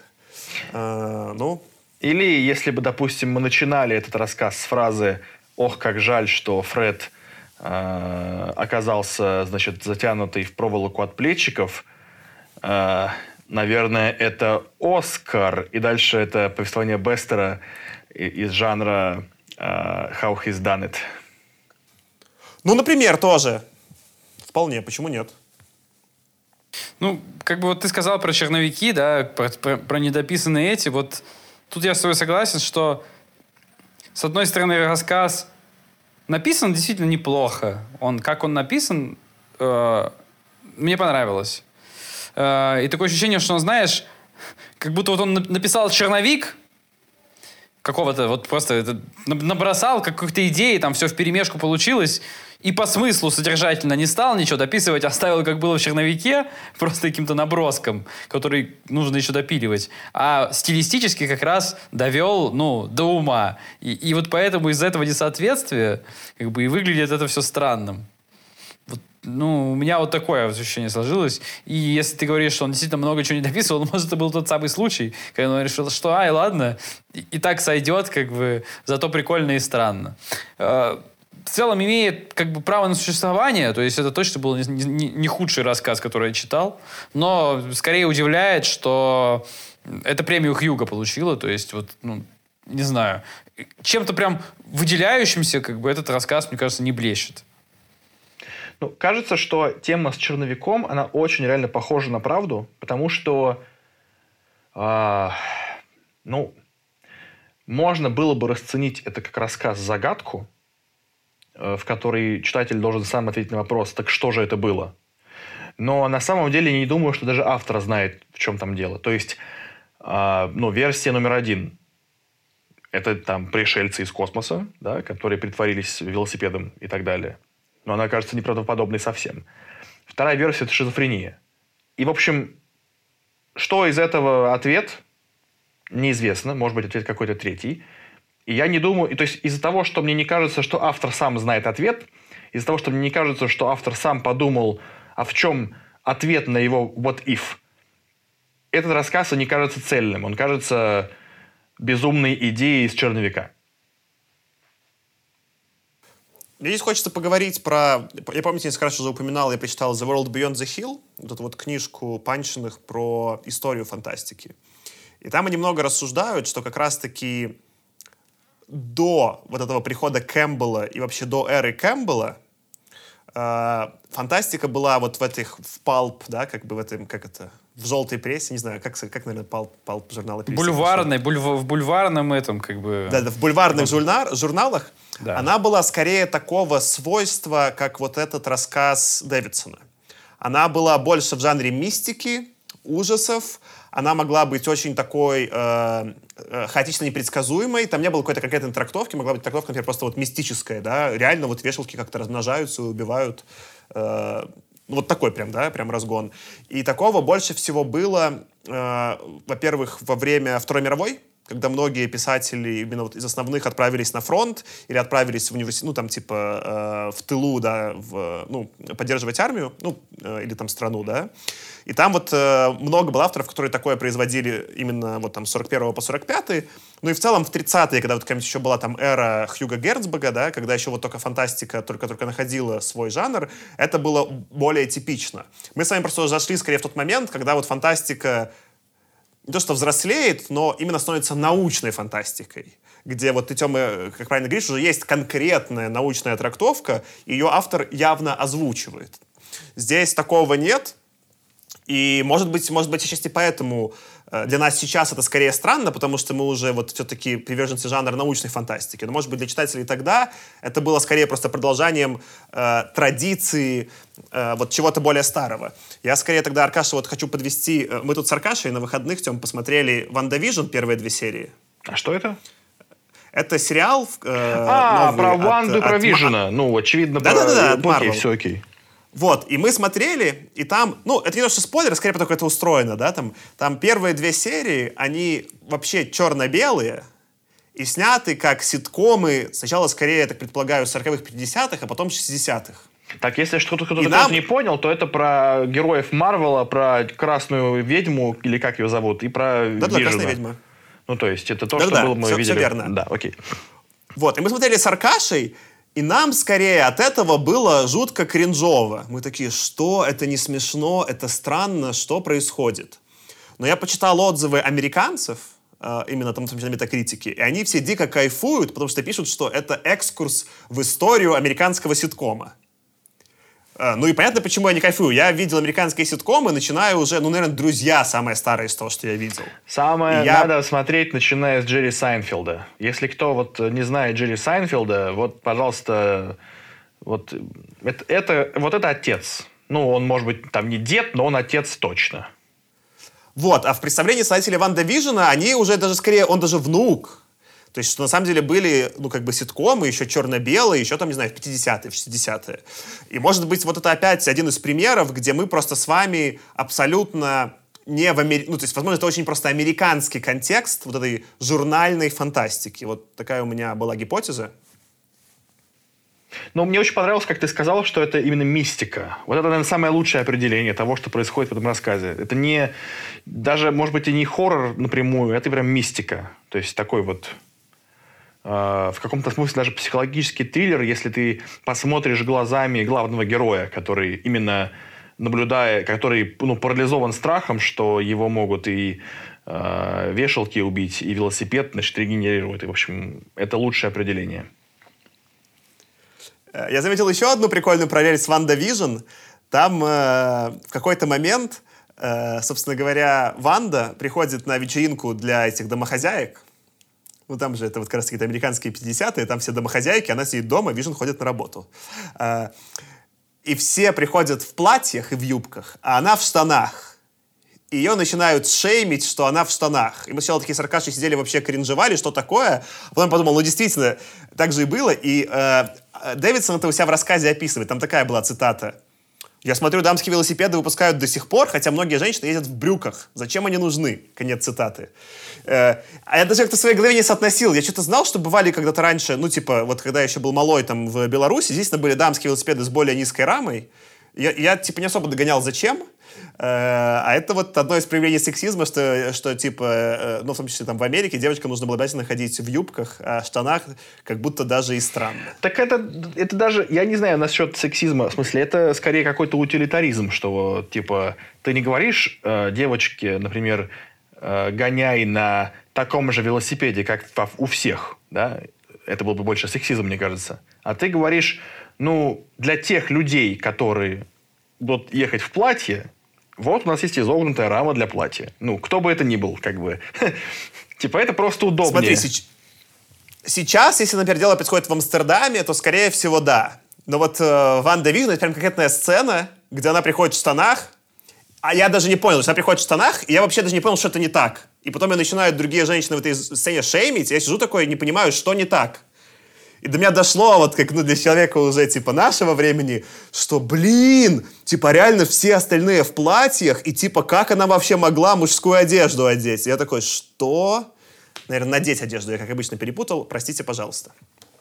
Или если бы, допустим, мы начинали этот рассказ с фразы «Ох, как жаль, что Фред оказался, значит, затянутый в проволоку от плечиков», наверное, это «Оскар», и дальше это повествование Бестера из жанра «How he's done it». Ну, например, тоже. Вполне, почему нет? Ну, как бы вот ты сказал про черновики, да, про недописанные эти, вот тут я с тобой согласен, что с одной стороны рассказ написан действительно неплохо. Как он написан, мне понравилось. И такое ощущение, что он, знаешь, как будто вот он написал черновик какого-то, вот просто набросал каких-то идей, там все вперемешку получилось, и по смыслу содержательно не стал ничего дописывать, оставил, как было в черновике, просто каким-то наброском, который нужно еще допиливать. А стилистически как раз довел, до ума. И вот поэтому из-за этого несоответствия как бы и выглядит это все странным. Вот, у меня вот такое ощущение сложилось. И если ты говоришь, что он действительно много чего не дописывал, может, это был тот самый случай, когда он решил, что, ладно, и так сойдет, как бы, зато прикольно и странно. В целом имеет как бы право на существование, то есть это точно был не худший рассказ, который я читал, но скорее удивляет, что это премию Хьюго получила, то есть вот, не знаю, чем-то прям выделяющимся как бы этот рассказ, мне кажется, не блещет. Кажется, что тема с черновиком, она очень реально похожа на правду, потому что, можно было бы расценить это как рассказ-загадку, в которой читатель должен сам ответить на вопрос, так что же это было? Но на самом деле я не думаю, что даже автор знает, в чем там дело. То есть, версия номер 1 – это там пришельцы из космоса, да, которые притворились велосипедом и так далее. Но она кажется неправдоподобной совсем. Вторая версия – это шизофрения. И, в общем, что из этого ответ, неизвестно. Может быть, ответ какой-то третий. И я не думаю... То есть из-за того, что мне не кажется, что автор сам знает ответ, из-за того, что мне не кажется, что автор сам подумал, а в чем ответ на его what if, этот рассказ не кажется цельным. Он кажется безумной идеей из черновика. Мне здесь хочется поговорить про... Я помню, несколько раз уже упоминал, я прочитал «The World Beyond the Hill», вот эту вот книжку Панчиных про историю фантастики. И там они много рассуждают, что как раз-таки до вот этого прихода Кэмпбелла и вообще до эры Кэмпбелла фантастика была вот в палп, да, как бы в желтой прессе, не знаю, как наверное, палп журналы. В бульварном этом, как бы... Да, в бульварных журналах да. Она была скорее такого свойства, как вот этот рассказ Дэвидсона. Она была больше в жанре мистики, ужасов, она могла быть очень такой хаотично непредсказуемой, там не было какой-то конкретной трактовки, могла быть трактовка, например, просто вот мистическая, да, реально вот вешалки как-то размножаются и убивают, вот такой прям разгон. И такого больше всего было, во-первых, во время Второй мировой, когда многие писатели именно вот из основных отправились на фронт или отправились в университет, в тылу, да, поддерживать армию, или там страну, да. И там вот много было авторов, которые такое производили именно вот там с 41 по 45. Ну и в целом в 30-е, когда вот какая-нибудь еще была там эра Хьюга Герцберга, да, когда еще вот только фантастика только находила свой жанр, это было более типично. Мы с вами просто зашли скорее в тот момент, когда вот фантастика не то что взрослеет, но именно становится научной фантастикой, где вот ты, Тёма, как правильно говоришь, уже есть конкретная научная трактовка, и ее автор явно озвучивает. Здесь такого нет, и может быть, отчасти поэтому для нас сейчас это скорее странно, потому что мы уже вот все-таки приверженцы жанра научной фантастики. Но может быть для читателей тогда это было скорее просто продолжанием традиции вот чего-то более старого. Я скорее тогда, Аркаша, вот хочу подвести... Мы тут с Аркашей на выходных, Тём, посмотрели «Ванда Вижн» первые 2 серии. А что это? Это сериал новый про Ванду и про Вижена. Ну, очевидно, да, от окей, Marvel. все окей. Вот, и мы смотрели, и там, ну, это не то, что спойлер, скорее потому, как это устроено, да, там первые 2 серии, они вообще черно-белые, и сняты как ситкомы, сначала, скорее, я так предполагаю, 40-х, 50-х, а потом 60-х. Так, если кто-то не понял, то это про героев Марвела, про красную ведьму, или как ее зовут, и про Вижена. Да, красная ведьма. Ну, то есть, это то, что было, мы видели. Все верно. Да, окей. Вот, и мы смотрели с Аркашей, и нам, скорее, от этого было жутко кринжово. Мы такие, что? Это не смешно, это странно, что происходит? Но я почитал отзывы американцев, именно там, на Метакритике, и они все дико кайфуют, потому что пишут, что это экскурс в историю американского ситкома. Ну и понятно, почему я не кайфую. Я видел американские ситкомы, начиная уже, ну, наверное, «Друзья» самое старое из того, что я видел. Надо смотреть, начиная с Джерри Сайнфилда. Если кто вот не знает Джерри Сайнфилда, вот, пожалуйста, вот это отец. Ну, он, может быть, там не дед, но он отец точно. Вот, а в представлении создателей Ванда Вижена они уже даже скорее, он даже внук. То есть, что на самом деле были, ну, как бы ситкомы, еще черно-белые, еще там, не знаю, в 50-е, в 60-е. И, может быть, вот это опять один из примеров, где мы просто с вами абсолютно не в Америке... Ну, то есть, возможно, это очень просто американский контекст вот этой журнальной фантастики. Вот такая у меня была гипотеза. Но мне очень понравилось, как ты сказал, что это именно мистика. Вот это, наверное, самое лучшее определение того, что происходит в этом рассказе. Это не... Даже, может быть, и не хоррор напрямую, это прям мистика. То есть, такой вот... в каком-то смысле даже психологический триллер, если ты посмотришь глазами главного героя, который именно который парализован страхом, что его могут и вешалки убить, и велосипед, значит, регенерирует. И, в общем, это лучшее определение. Я заметил еще одну прикольную параллель с Ванда Вижн. Там в какой-то момент, собственно говоря, Ванда приходит на вечеринку для этих домохозяек. Ну, там же это вот как раз какие-то американские 50-е, там все домохозяйки, она сидит дома, Вижн ходит на работу. И все приходят в платьях и в юбках, а она в штанах. И ее начинают шеймить, что она в штанах. И мы сначала такие с Аркашей сидели, вообще кринжевали, что такое. А потом подумал, ну, действительно, так же и было. И Дэвидсон это у себя в рассказе описывает. Там такая была цитата. «Я смотрю, дамские велосипеды выпускают до сих пор, хотя многие женщины ездят в брюках. Зачем они нужны?» Конец цитаты. А я даже как-то в своей голове не соотносил. Я что-то знал, что бывали когда-то раньше, ну, типа, вот когда я еще был малой там в Беларуси, здесь были дамские велосипеды с более низкой рамой. Я типа, не особо догонял, зачем. А это вот одно из проявлений сексизма, что типа, ну, в том числе там в Америке, девочкам нужно было обязательно ходить в юбках, а в штанах как будто даже и странно. Так это даже, я не знаю насчет сексизма, в смысле, это скорее какой-то утилитаризм, что, типа, ты не говоришь девочке, например, гоняй на таком же велосипеде, как у всех, да? Это был бы больше сексизм, мне кажется. А ты говоришь, ну, для тех людей, которые будут ехать в платье, вот у нас есть изогнутая рама для платья. Ну, кто бы это ни был, как бы. Типа, это просто удобнее. Смотри, сейчас, если, например, дело происходит в Амстердаме, то, скорее всего, да. Но вот Ванда Вижн, это прям конкретная сцена, где она приходит в штанах, а я даже не понял, что она приходит в штанах, и я вообще даже не понял, что это не так. И потом я начинают другие женщины в этой сцене шеймить, и я сижу такой и не понимаю, что не так. И до меня дошло, вот как, ну, для человека уже, типа, нашего времени, что, блин, типа, реально все остальные в платьях, и, типа, как она вообще могла мужскую одежду одеть? И я такой, что? Наверное, надеть одежду я, как обычно, перепутал. Простите, пожалуйста.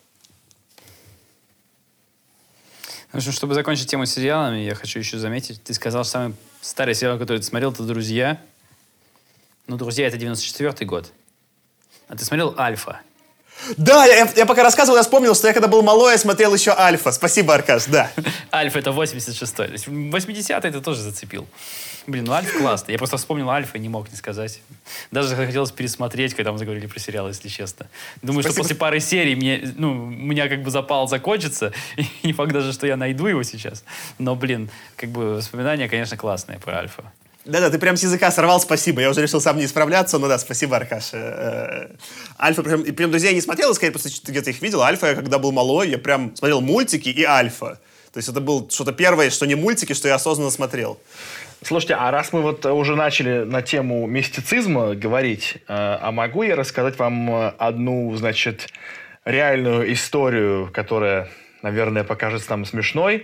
В общем, чтобы закончить тему с сериалами, я хочу еще заметить, ты сказал, что самый старый сериал, который ты смотрел, это «Друзья». Ну, «Друзья» — это 94-й год. А ты смотрел «Альфа». Да, я пока рассказывал, я вспомнил, что я когда был малой, я смотрел еще «Альфа». Спасибо, Аркаш, да. «Альфа» — это 86-й. То есть 80-й ты тоже зацепил. Блин, ну «Альфа» классно. Я просто вспомнил «Альфа» и не мог не сказать. Даже хотелось пересмотреть, когда мы заговорили про сериал, если честно. Думаю, Спасибо. Что после пары серий у меня как бы запал закончится. И не факт даже, что я найду его сейчас. Но, блин, как бы воспоминания, конечно, классные про «Альфа». Да-да, ты прям с языка сорвал, спасибо. Я уже решил сам не исправляться, но да, спасибо, Аркаш. «Альфа», прям «Друзей» не смотрел, скорее, просто где-то их видел. «Альфа», я когда был малой, я прям смотрел мультики и «Альфа». То есть это было что-то первое, что не мультики, что я осознанно смотрел. Слушайте, а раз мы вот уже начали на тему мистицизма говорить, а могу я рассказать вам одну, значит, реальную историю, которая, наверное, покажется нам смешной,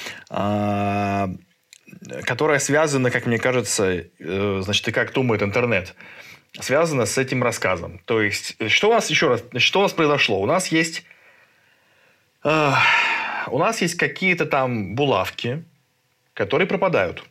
которая связана, как мне кажется, значит, и как думает интернет, связана с этим рассказом. То есть, что у нас еще раз, что у нас произошло? У нас есть какие-то там булавки, которые пропадают.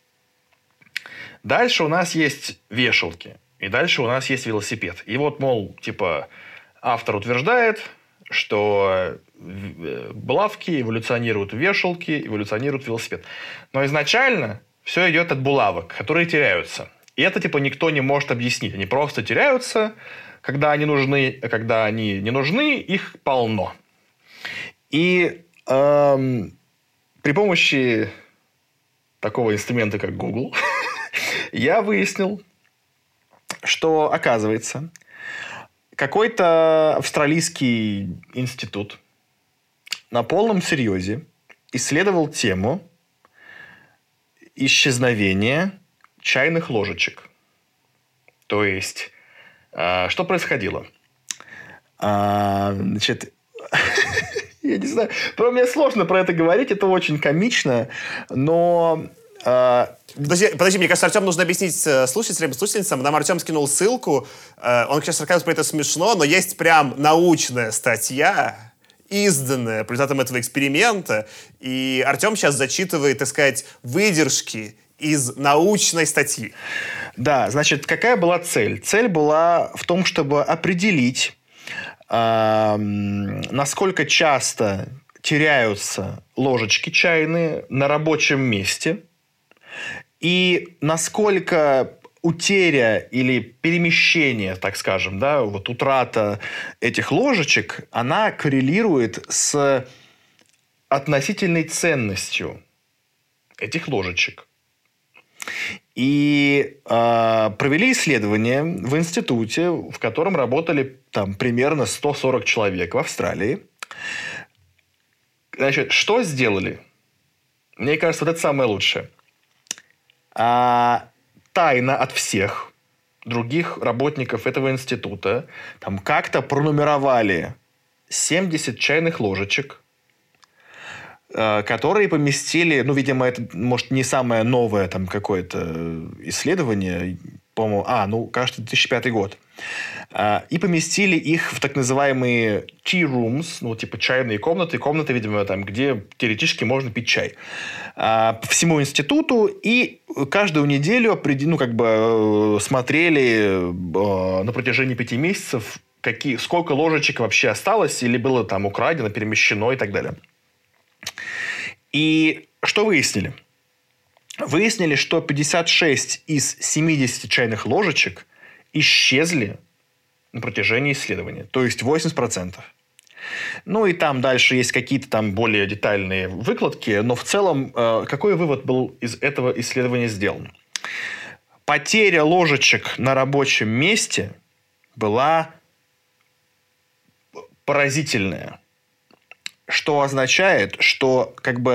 Дальше у нас есть вешалки. И дальше у нас есть велосипед. И вот, мол, типа, автор утверждает, что булавки эволюционируют в вешалки, эволюционируют в велосипед. Но изначально все идет от булавок, которые теряются. И это, типа, никто не может объяснить. Они просто теряются, когда они нужны, а когда они не нужны, их полно. И при помощи такого инструмента, как Google, я выяснил, что, оказывается, какой-то австралийский институт на полном серьезе исследовал тему исчезновения чайных ложечек. То есть, что происходило? Значит, я не знаю, мне сложно про это говорить, это очень комично, но... Подожди, мне кажется, Артем нужно объяснить слушателям, слушательницам. Нам Артем скинул ссылку. Он сейчас рассказывает про это смешно, но есть прям научная статья, изданная по результатам этого эксперимента. И Артем сейчас зачитывает, так сказать, выдержки из научной статьи. Да, значит, какая была цель? Цель была в том, чтобы определить, насколько часто теряются ложечки чайные на рабочем месте и насколько утеря или перемещение, так скажем, да, вот утрата этих ложечек, она коррелирует с относительной ценностью этих ложечек. И провели исследование в институте, в котором работали там примерно 140 человек в Австралии. Значит, что сделали? Мне кажется, вот это самое лучшее. Тайно от всех других работников этого института там как-то пронумеровали 70 чайных ложечек, которые поместили, ну, видимо, это, может, не самое новое там какое-то исследование, по-моему, кажется, 2005 год. И поместили их в так называемые tea rooms, ну, типа чайные комнаты, видимо, там, где теоретически можно пить чай. По всему институту, и каждую неделю, смотрели на протяжении 5 месяцев, сколько ложечек вообще осталось, или было там украдено, перемещено и так далее. И что выяснили? Выяснили, что 56 из 70 чайных ложечек исчезли на протяжении исследования. То есть 80%. Ну и там дальше есть какие-то там более детальные выкладки. Но в целом, какой вывод был из этого исследования сделан? Потеря ложечек на рабочем месте была поразительная. Что означает, что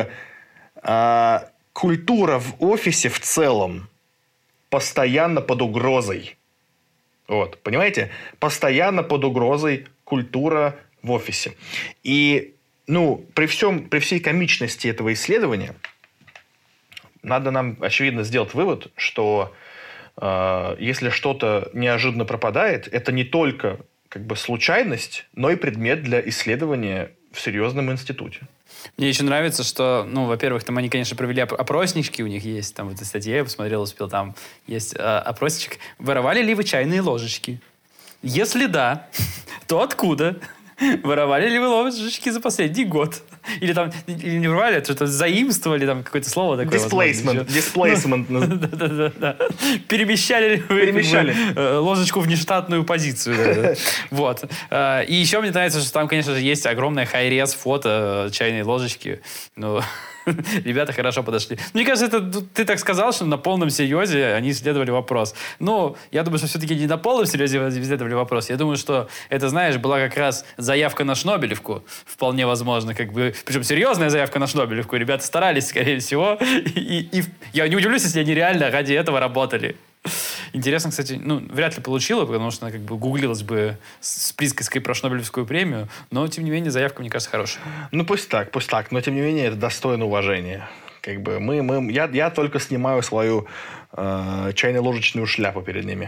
культура в офисе в целом постоянно под угрозой. Вот, понимаете? Постоянно под угрозой культура в офисе. И, при всей комичности этого исследования надо нам, очевидно, сделать вывод, что если что-то неожиданно пропадает, это не только случайность, но и предмет для исследования в серьезном институте. Мне еще нравится, что, во-первых, там они, конечно, провели опроснички, у них есть, там в этой статье я посмотрел, успел, там есть опросничек. Воровали ли вы чайные ложечки? Если да, то откуда? Воровали ли вы ложечки за последний год? Или там, или не воровали, а что-то заимствовали, там какое-то слово такое. Displacement. Да. Перемещали ли вы ложечку в нештатную позицию. Вот. И еще мне нравится, что там, конечно же, есть огромное хай-рез фото чайной ложечки. Ребята хорошо подошли. Мне кажется, это ты так сказал, что на полном серьезе они исследовали вопрос. Ну, я думаю, что все-таки не на полном серьезе исследовали вопрос. Я думаю, что это, знаешь, была как раз заявка на Шнобелевку. Вполне возможно, как бы. Причем серьезная заявка на Шнобелевку. Ребята старались, скорее всего. И я не удивлюсь, если они реально ради этого работали. Интересно, кстати, вряд ли получила, потому что она как бы гуглилась бы с присказкой про Шнобелевскую премию, но, тем не менее, заявка, мне кажется, хорошая. Ну, пусть так, но, тем не менее, это достойно уважения. Как бы я только снимаю свою чайно-ложечную шляпу перед ними.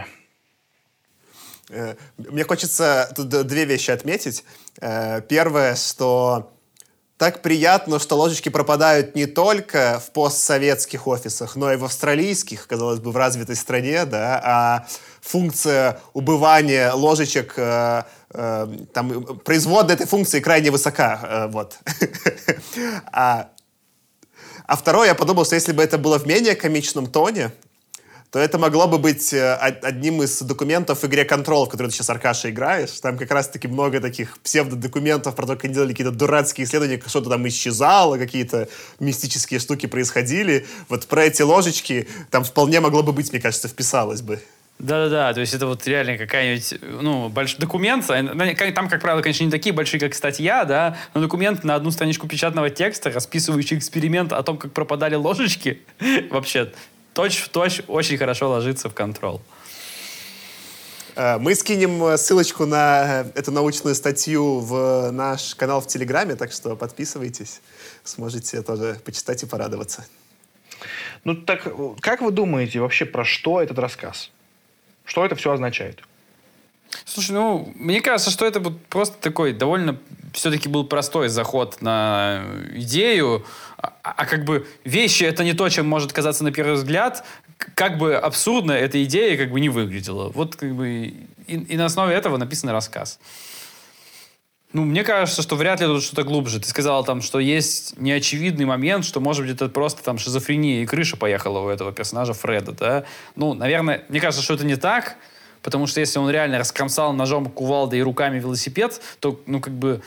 Мне хочется тут две вещи отметить. Первое, что так приятно, что ложечки пропадают не только в постсоветских офисах, но и в австралийских, казалось бы, в развитой стране, да, а функция убывания ложечек, там, производная этой функции крайне высока, вот. А второе, я подумал, что если бы это было в менее комичном тоне, то это могло бы быть одним из документов в игре Control, в которой ты сейчас, Аркаша, играешь. Там как раз-таки много таких псевдодокументов про то, как они делали какие-то дурацкие исследования, что-то там исчезало, какие-то мистические штуки происходили. Вот про эти ложечки там вполне могло бы быть, мне кажется, вписалось бы. Да-да-да, то есть это вот реально какая-нибудь, большой документ. Там, как правило, конечно, не такие большие, как статья, да, но документ на одну страничку печатного текста, расписывающий эксперимент о том, как пропадали ложечки, вообще точь-в-точь очень хорошо ложится в Control. Мы скинем ссылочку на эту научную статью в наш канал в Телеграме, так что подписывайтесь, сможете тоже почитать и порадоваться. Ну так, как вы думаете вообще, про что этот рассказ? Что это все означает? Слушай, мне кажется, что это вот просто такой довольно все-таки был простой заход на идею, а как бы вещи — это не то, чем может казаться на первый взгляд, как бы абсурдно эта идея как бы не выглядела. Вот как бы и на основе этого написан рассказ. Мне кажется, что вряд ли тут что-то глубже. Ты сказал там, что есть неочевидный момент, что, может быть, это просто там шизофрения и крыша поехала у этого персонажа Фреда, да? Наверное, мне кажется, что это не так, потому что если он реально раскромсал ножом, кувалдой и руками велосипед, то, как бы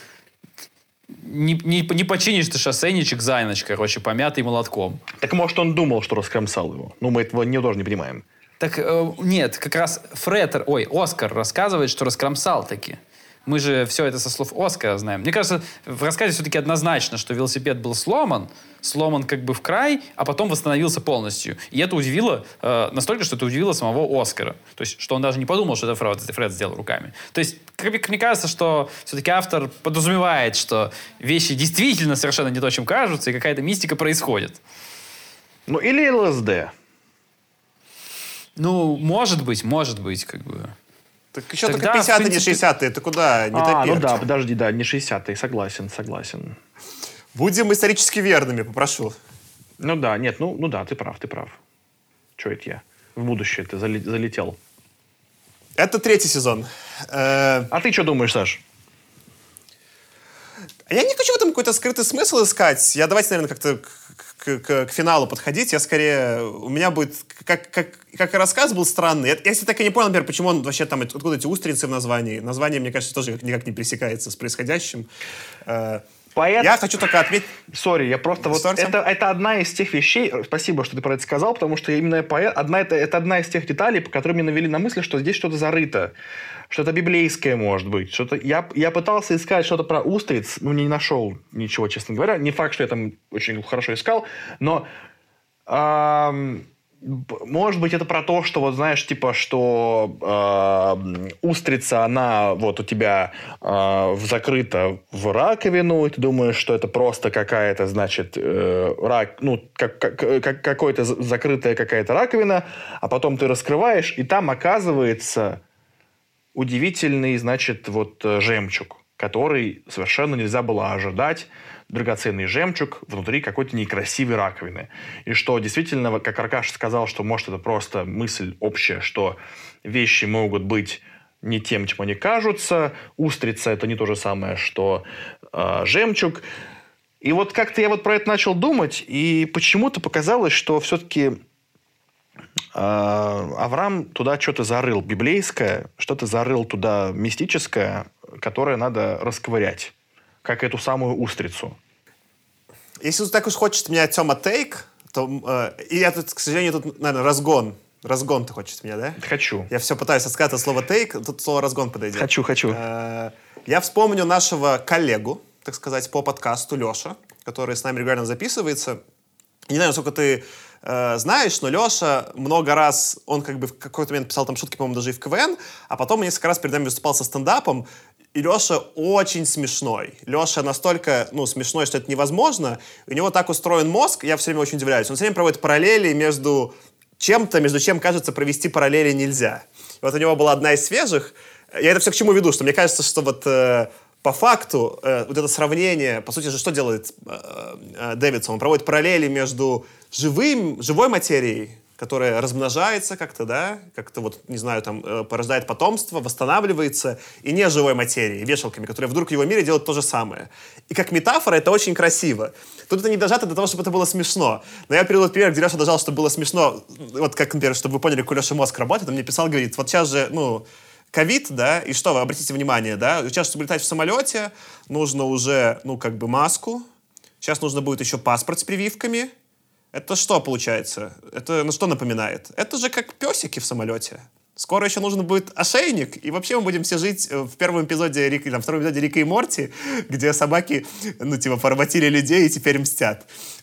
не починишь ты шоссейничек за ночь, короче, помятый молотком. Так может, он думал, что раскромсал его? Мы этого тоже не понимаем. Так нет, как раз Оскар рассказывает, что раскромсал таки. Мы же все это со слов Оскара знаем. Мне кажется, в рассказе все-таки однозначно, что велосипед был сломан как бы в край, а потом восстановился полностью. И это удивило настолько, что это удивило самого Оскара. То есть, что он даже не подумал, что это Фред сделал руками. То есть, мне кажется, что все-таки автор подразумевает, что вещи действительно совершенно не то, чем кажутся, и какая-то мистика происходит. Или ЛСД. Может быть, как бы... Так еще тогда, только 50-е, не 60-е. Ты куда? Не топи. Да, подожди, да, не 60-е. Согласен. Будем исторически верными, попрошу. Да, ты прав. Че это я? В будущее ты залетел. Это 3-й сезон. А ты что думаешь, Саш? Я не хочу в этом какой-то скрытый смысл искать. Давайте, наверное, как-то к финалу подходить. Я скорее... У меня будет... Как и рассказ был странный. Я, если так и не понял, например, почему он вообще там... Откуда эти устрицы в названии. Название, мне кажется, тоже никак не пересекается с происходящим. Я хочу только отметить... Сори, я просто... Это одна из тех вещей... Спасибо, что ты про это сказал, потому что именно это одна из тех деталей, по которым меня навели на мысль, что здесь что-то зарыто. Что-то библейское, может быть. Я пытался искать что-то про устриц, не нашел ничего, честно говоря. Не факт, что я там очень хорошо искал, но... может быть, это про то, что, вот знаешь, типа, что устрица, она вот у тебя закрыта в раковину, и ты думаешь, что это просто какая-то, значит, какая-то закрытая какая-то раковина, а потом ты раскрываешь, и там оказывается удивительный, значит, вот жемчуг, который совершенно нельзя было ожидать. Драгоценный жемчуг внутри какой-то некрасивой раковины. И что действительно, как Аркаша сказал, что может это просто мысль общая, что вещи могут быть не тем, чем они кажутся. Устрица — это не то же самое, что жемчуг. И вот как-то я вот про это начал думать, и почему-то показалось, что все-таки Авраам туда что-то зарыл библейское, что-то зарыл туда мистическое, которое надо расковырять. Как эту самую устрицу. Если ты так уж хочешь от меня, Тёма, тейк, то... и я тут, к сожалению, тут, наверное, разгон. Разгон ты хочешь от меня, да? Хочу. Я все пытаюсь отсказать от слова тейк, тут слово разгон подойдет. Хочу. Я вспомню нашего коллегу, так сказать, по подкасту, Леша, который с нами регулярно записывается. Не знаю, насколько ты знаешь, но Леша много раз, он как бы в какой-то момент писал там шутки, по-моему, даже и в КВН, а потом несколько раз перед нами выступал со стендапом, и Леша очень смешной. Леша настолько, смешной, что это невозможно. У него так устроен мозг, я все время очень удивляюсь. Он все время проводит параллели между чем-то, между чем, кажется, провести параллели нельзя. И вот у него была одна из свежих. Я это все к чему веду, что мне кажется, что вот по факту вот это сравнение, по сути же, что делает Дэвидсон? Он проводит параллели между живой материей, которая размножается как-то, да, как-то вот, не знаю, там, порождает потомство, восстанавливается, и неживой материей, вешалками, которые вдруг в его мире делают то же самое. И как метафора это очень красиво. Тут это не дожато для того, чтобы это было смешно. Но я приведу пример, где Леша дожал, чтобы было смешно. Вот как, например, чтобы вы поняли, как у Леши мозг работает, он мне писал, говорит, вот сейчас же, ковид, да, и что, вы обратите внимание, да, сейчас, чтобы летать в самолете, нужно уже, маску, сейчас нужно будет еще паспорт с прививками. Это что получается? Это на что напоминает? Это же как песики в самолете. Скоро еще нужен будет ошейник, и вообще мы будем все жить в первом эпизоде втором эпизоде Рика и Морти, где собаки, поработили людей и теперь мстят.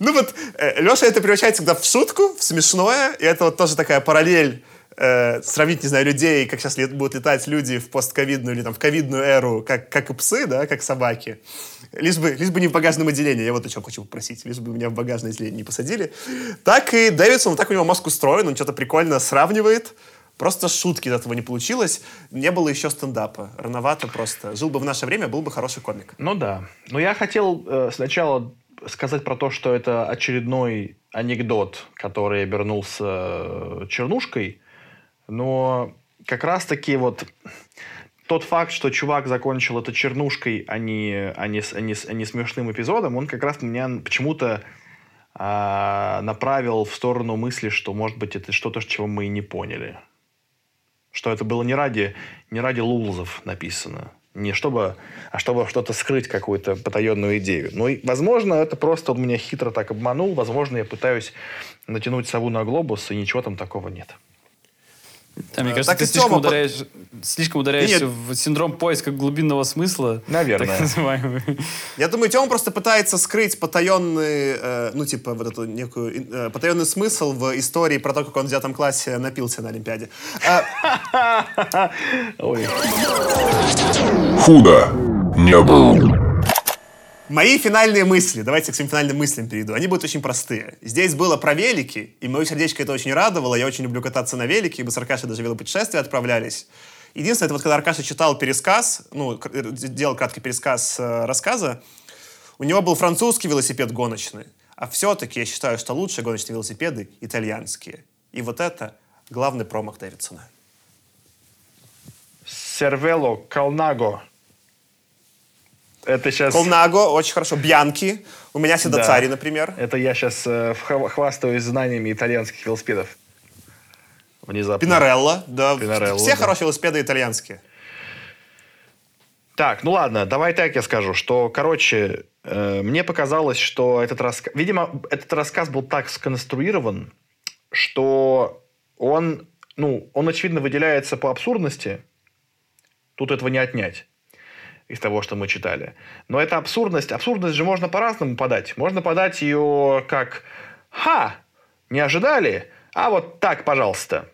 Леша это превращает всегда в шутку, в смешное, и это вот тоже такая параллель сравнить, не знаю, людей, как сейчас будут летать люди в постковидную или там в ковидную эру, как и псы, да, как собаки. Лишь бы не в багажном отделении. Я вот о чем хочу попросить. Лишь бы меня в багажное отделение не посадили. Так и Дэвидсон, так у него мозг устроен, он что-то прикольно сравнивает. Просто шутки из этого не получилось. Не было еще стендапа. Рановато просто. Жил бы в наше время, был бы хороший комик. Ну да. Но я хотел сначала сказать про то, что это очередной анекдот, который обернулся чернушкой. Но как раз-таки вот тот факт, что чувак закончил это чернушкой, а не смешным эпизодом, он как раз меня почему-то направил в сторону мысли, что, может быть, это что-то, чего мы и не поняли. Что это было не ради лулзов написано. Не чтобы что-то скрыть, какую-то потаенную идею. Ну, и, возможно, это просто он меня хитро так обманул. Возможно, я пытаюсь натянуть сову на глобус, и ничего там такого нет. Да, мне кажется, ты слишком ударяешься в синдром поиска глубинного смысла. Наверное. Так называемый. Я думаю, Тёма просто пытается скрыть потаенный, потаенный смысл в истории про то, как он в 9 классе напился на Олимпиаде. Худо не было. Мои финальные мысли, давайте к своим финальным мыслям перейду, они будут очень простые. Здесь было про велики, и мое сердечко это очень радовало, я очень люблю кататься на велике, мы с Аркашей даже в велопутешествия отправлялись. Единственное, это вот когда Аркаша читал пересказ, делал краткий пересказ рассказа, у него был французский велосипед гоночный, а все-таки я считаю, что лучшие гоночные велосипеды итальянские. И вот это главный промах Дэвидсона. Сервело, Колнаго. Это сейчас... Колнаго, очень хорошо. Бьянки. У меня Седоцари, например. Это я сейчас хвастаюсь знаниями итальянских велосипедов. Внезапно. Пинарелло. Да. Пинарелло, все хорошие велосипеды итальянские. Так, ну ладно, давай так я скажу, что, мне показалось, что этот рассказ... Видимо, этот рассказ был так сконструирован, что он, очевидно, выделяется по абсурдности. Тут этого не отнять из того, что мы читали. Но эта абсурдность же можно по-разному подать. Можно подать ее как «Ха! Не ожидали? А вот так, пожалуйста».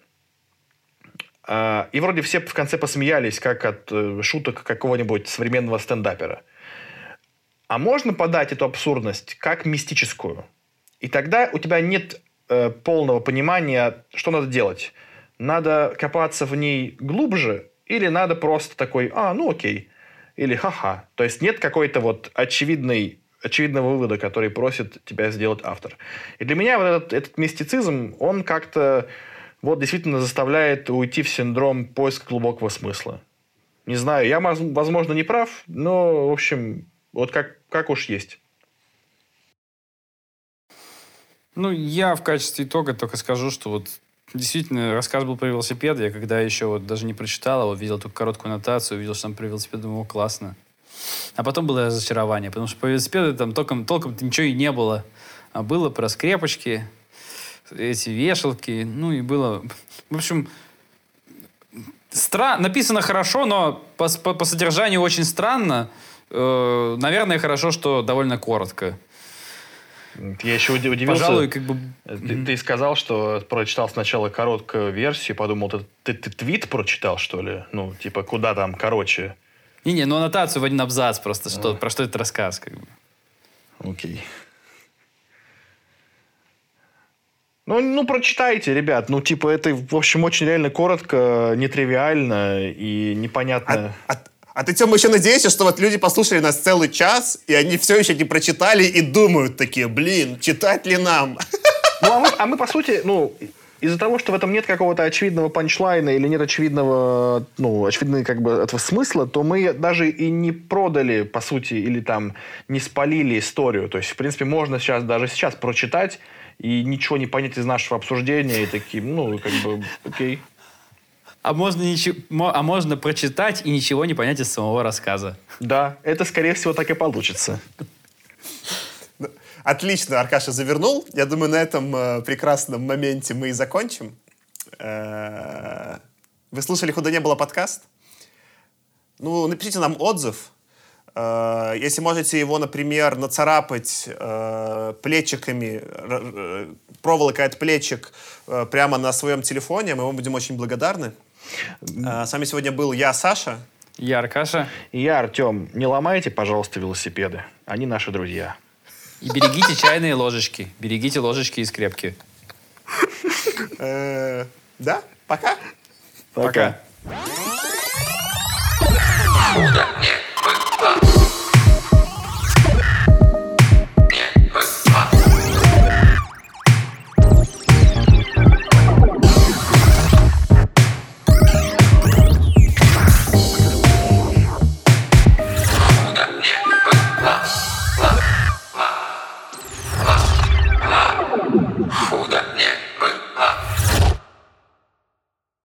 И вроде все в конце посмеялись, как от шуток какого-нибудь современного стендапера. А можно подать эту абсурдность как мистическую. И тогда у тебя нет полного понимания, что надо делать. Надо копаться в ней глубже или надо просто такой окей. Или ха-ха. То есть нет какой-то вот очевидного вывода, который просит тебя сделать автор. И для меня вот этот мистицизм, он как-то действительно заставляет уйти в синдром поиска глубокого смысла. Не знаю, я, возможно, не прав, но, в общем, вот как уж есть. Я в качестве итога только скажу, что действительно рассказ был про велосипеды. Я когда еще даже не прочитал, видел только короткую аннотацию, увидел, что там про велосипед, думал, классно. А потом было разочарование, потому что по велосипеду там толком ничего и не было. А было про скрепочки, эти вешалки, ну и было... В общем, написано хорошо, но по содержанию очень странно. Наверное, хорошо, что довольно коротко. Я еще удивился. Пожалуй, как бы... Ты сказал, что прочитал сначала короткую версию, подумал, ты твит прочитал, что ли? Ну, типа, куда там короче? Не, ну аннотацию в один абзац просто, про что это рассказ, как бы. Окей. Ну, прочитайте, ребят. Ну, типа, это, в общем, очень реально коротко, нетривиально и непонятно. А ты, Тёма, еще надеешься, что вот люди послушали нас целый час, и они все еще не прочитали и думают такие, блин, читать ли нам? Ну, а мы, по сути, из-за того, что в этом нет какого-то очевидного панчлайна или нет очевидного как бы этого смысла, то мы даже и не продали, по сути, или там не спалили историю. То есть, в принципе, можно даже сейчас прочитать и ничего не понять из нашего обсуждения, и такие, как бы, окей. А можно прочитать и ничего не понять из самого рассказа. Да, это, скорее всего, так и получится. Отлично, Аркаша завернул. Я думаю, на этом прекрасном моменте мы и закончим. Вы слушали «Худо не было» подкаст? Ну, напишите нам отзыв. Если можете его, например, нацарапать плечиками, проволокой от плечик прямо на своем телефоне, мы вам будем очень благодарны. С вами сегодня был я, Саша. Я, Аркаша. И я, Артем. Не ломайте, пожалуйста, велосипеды. Они наши друзья. И берегите чайные ложечки. Берегите ложечки и скрепки. Да, пока. Пока. Худо не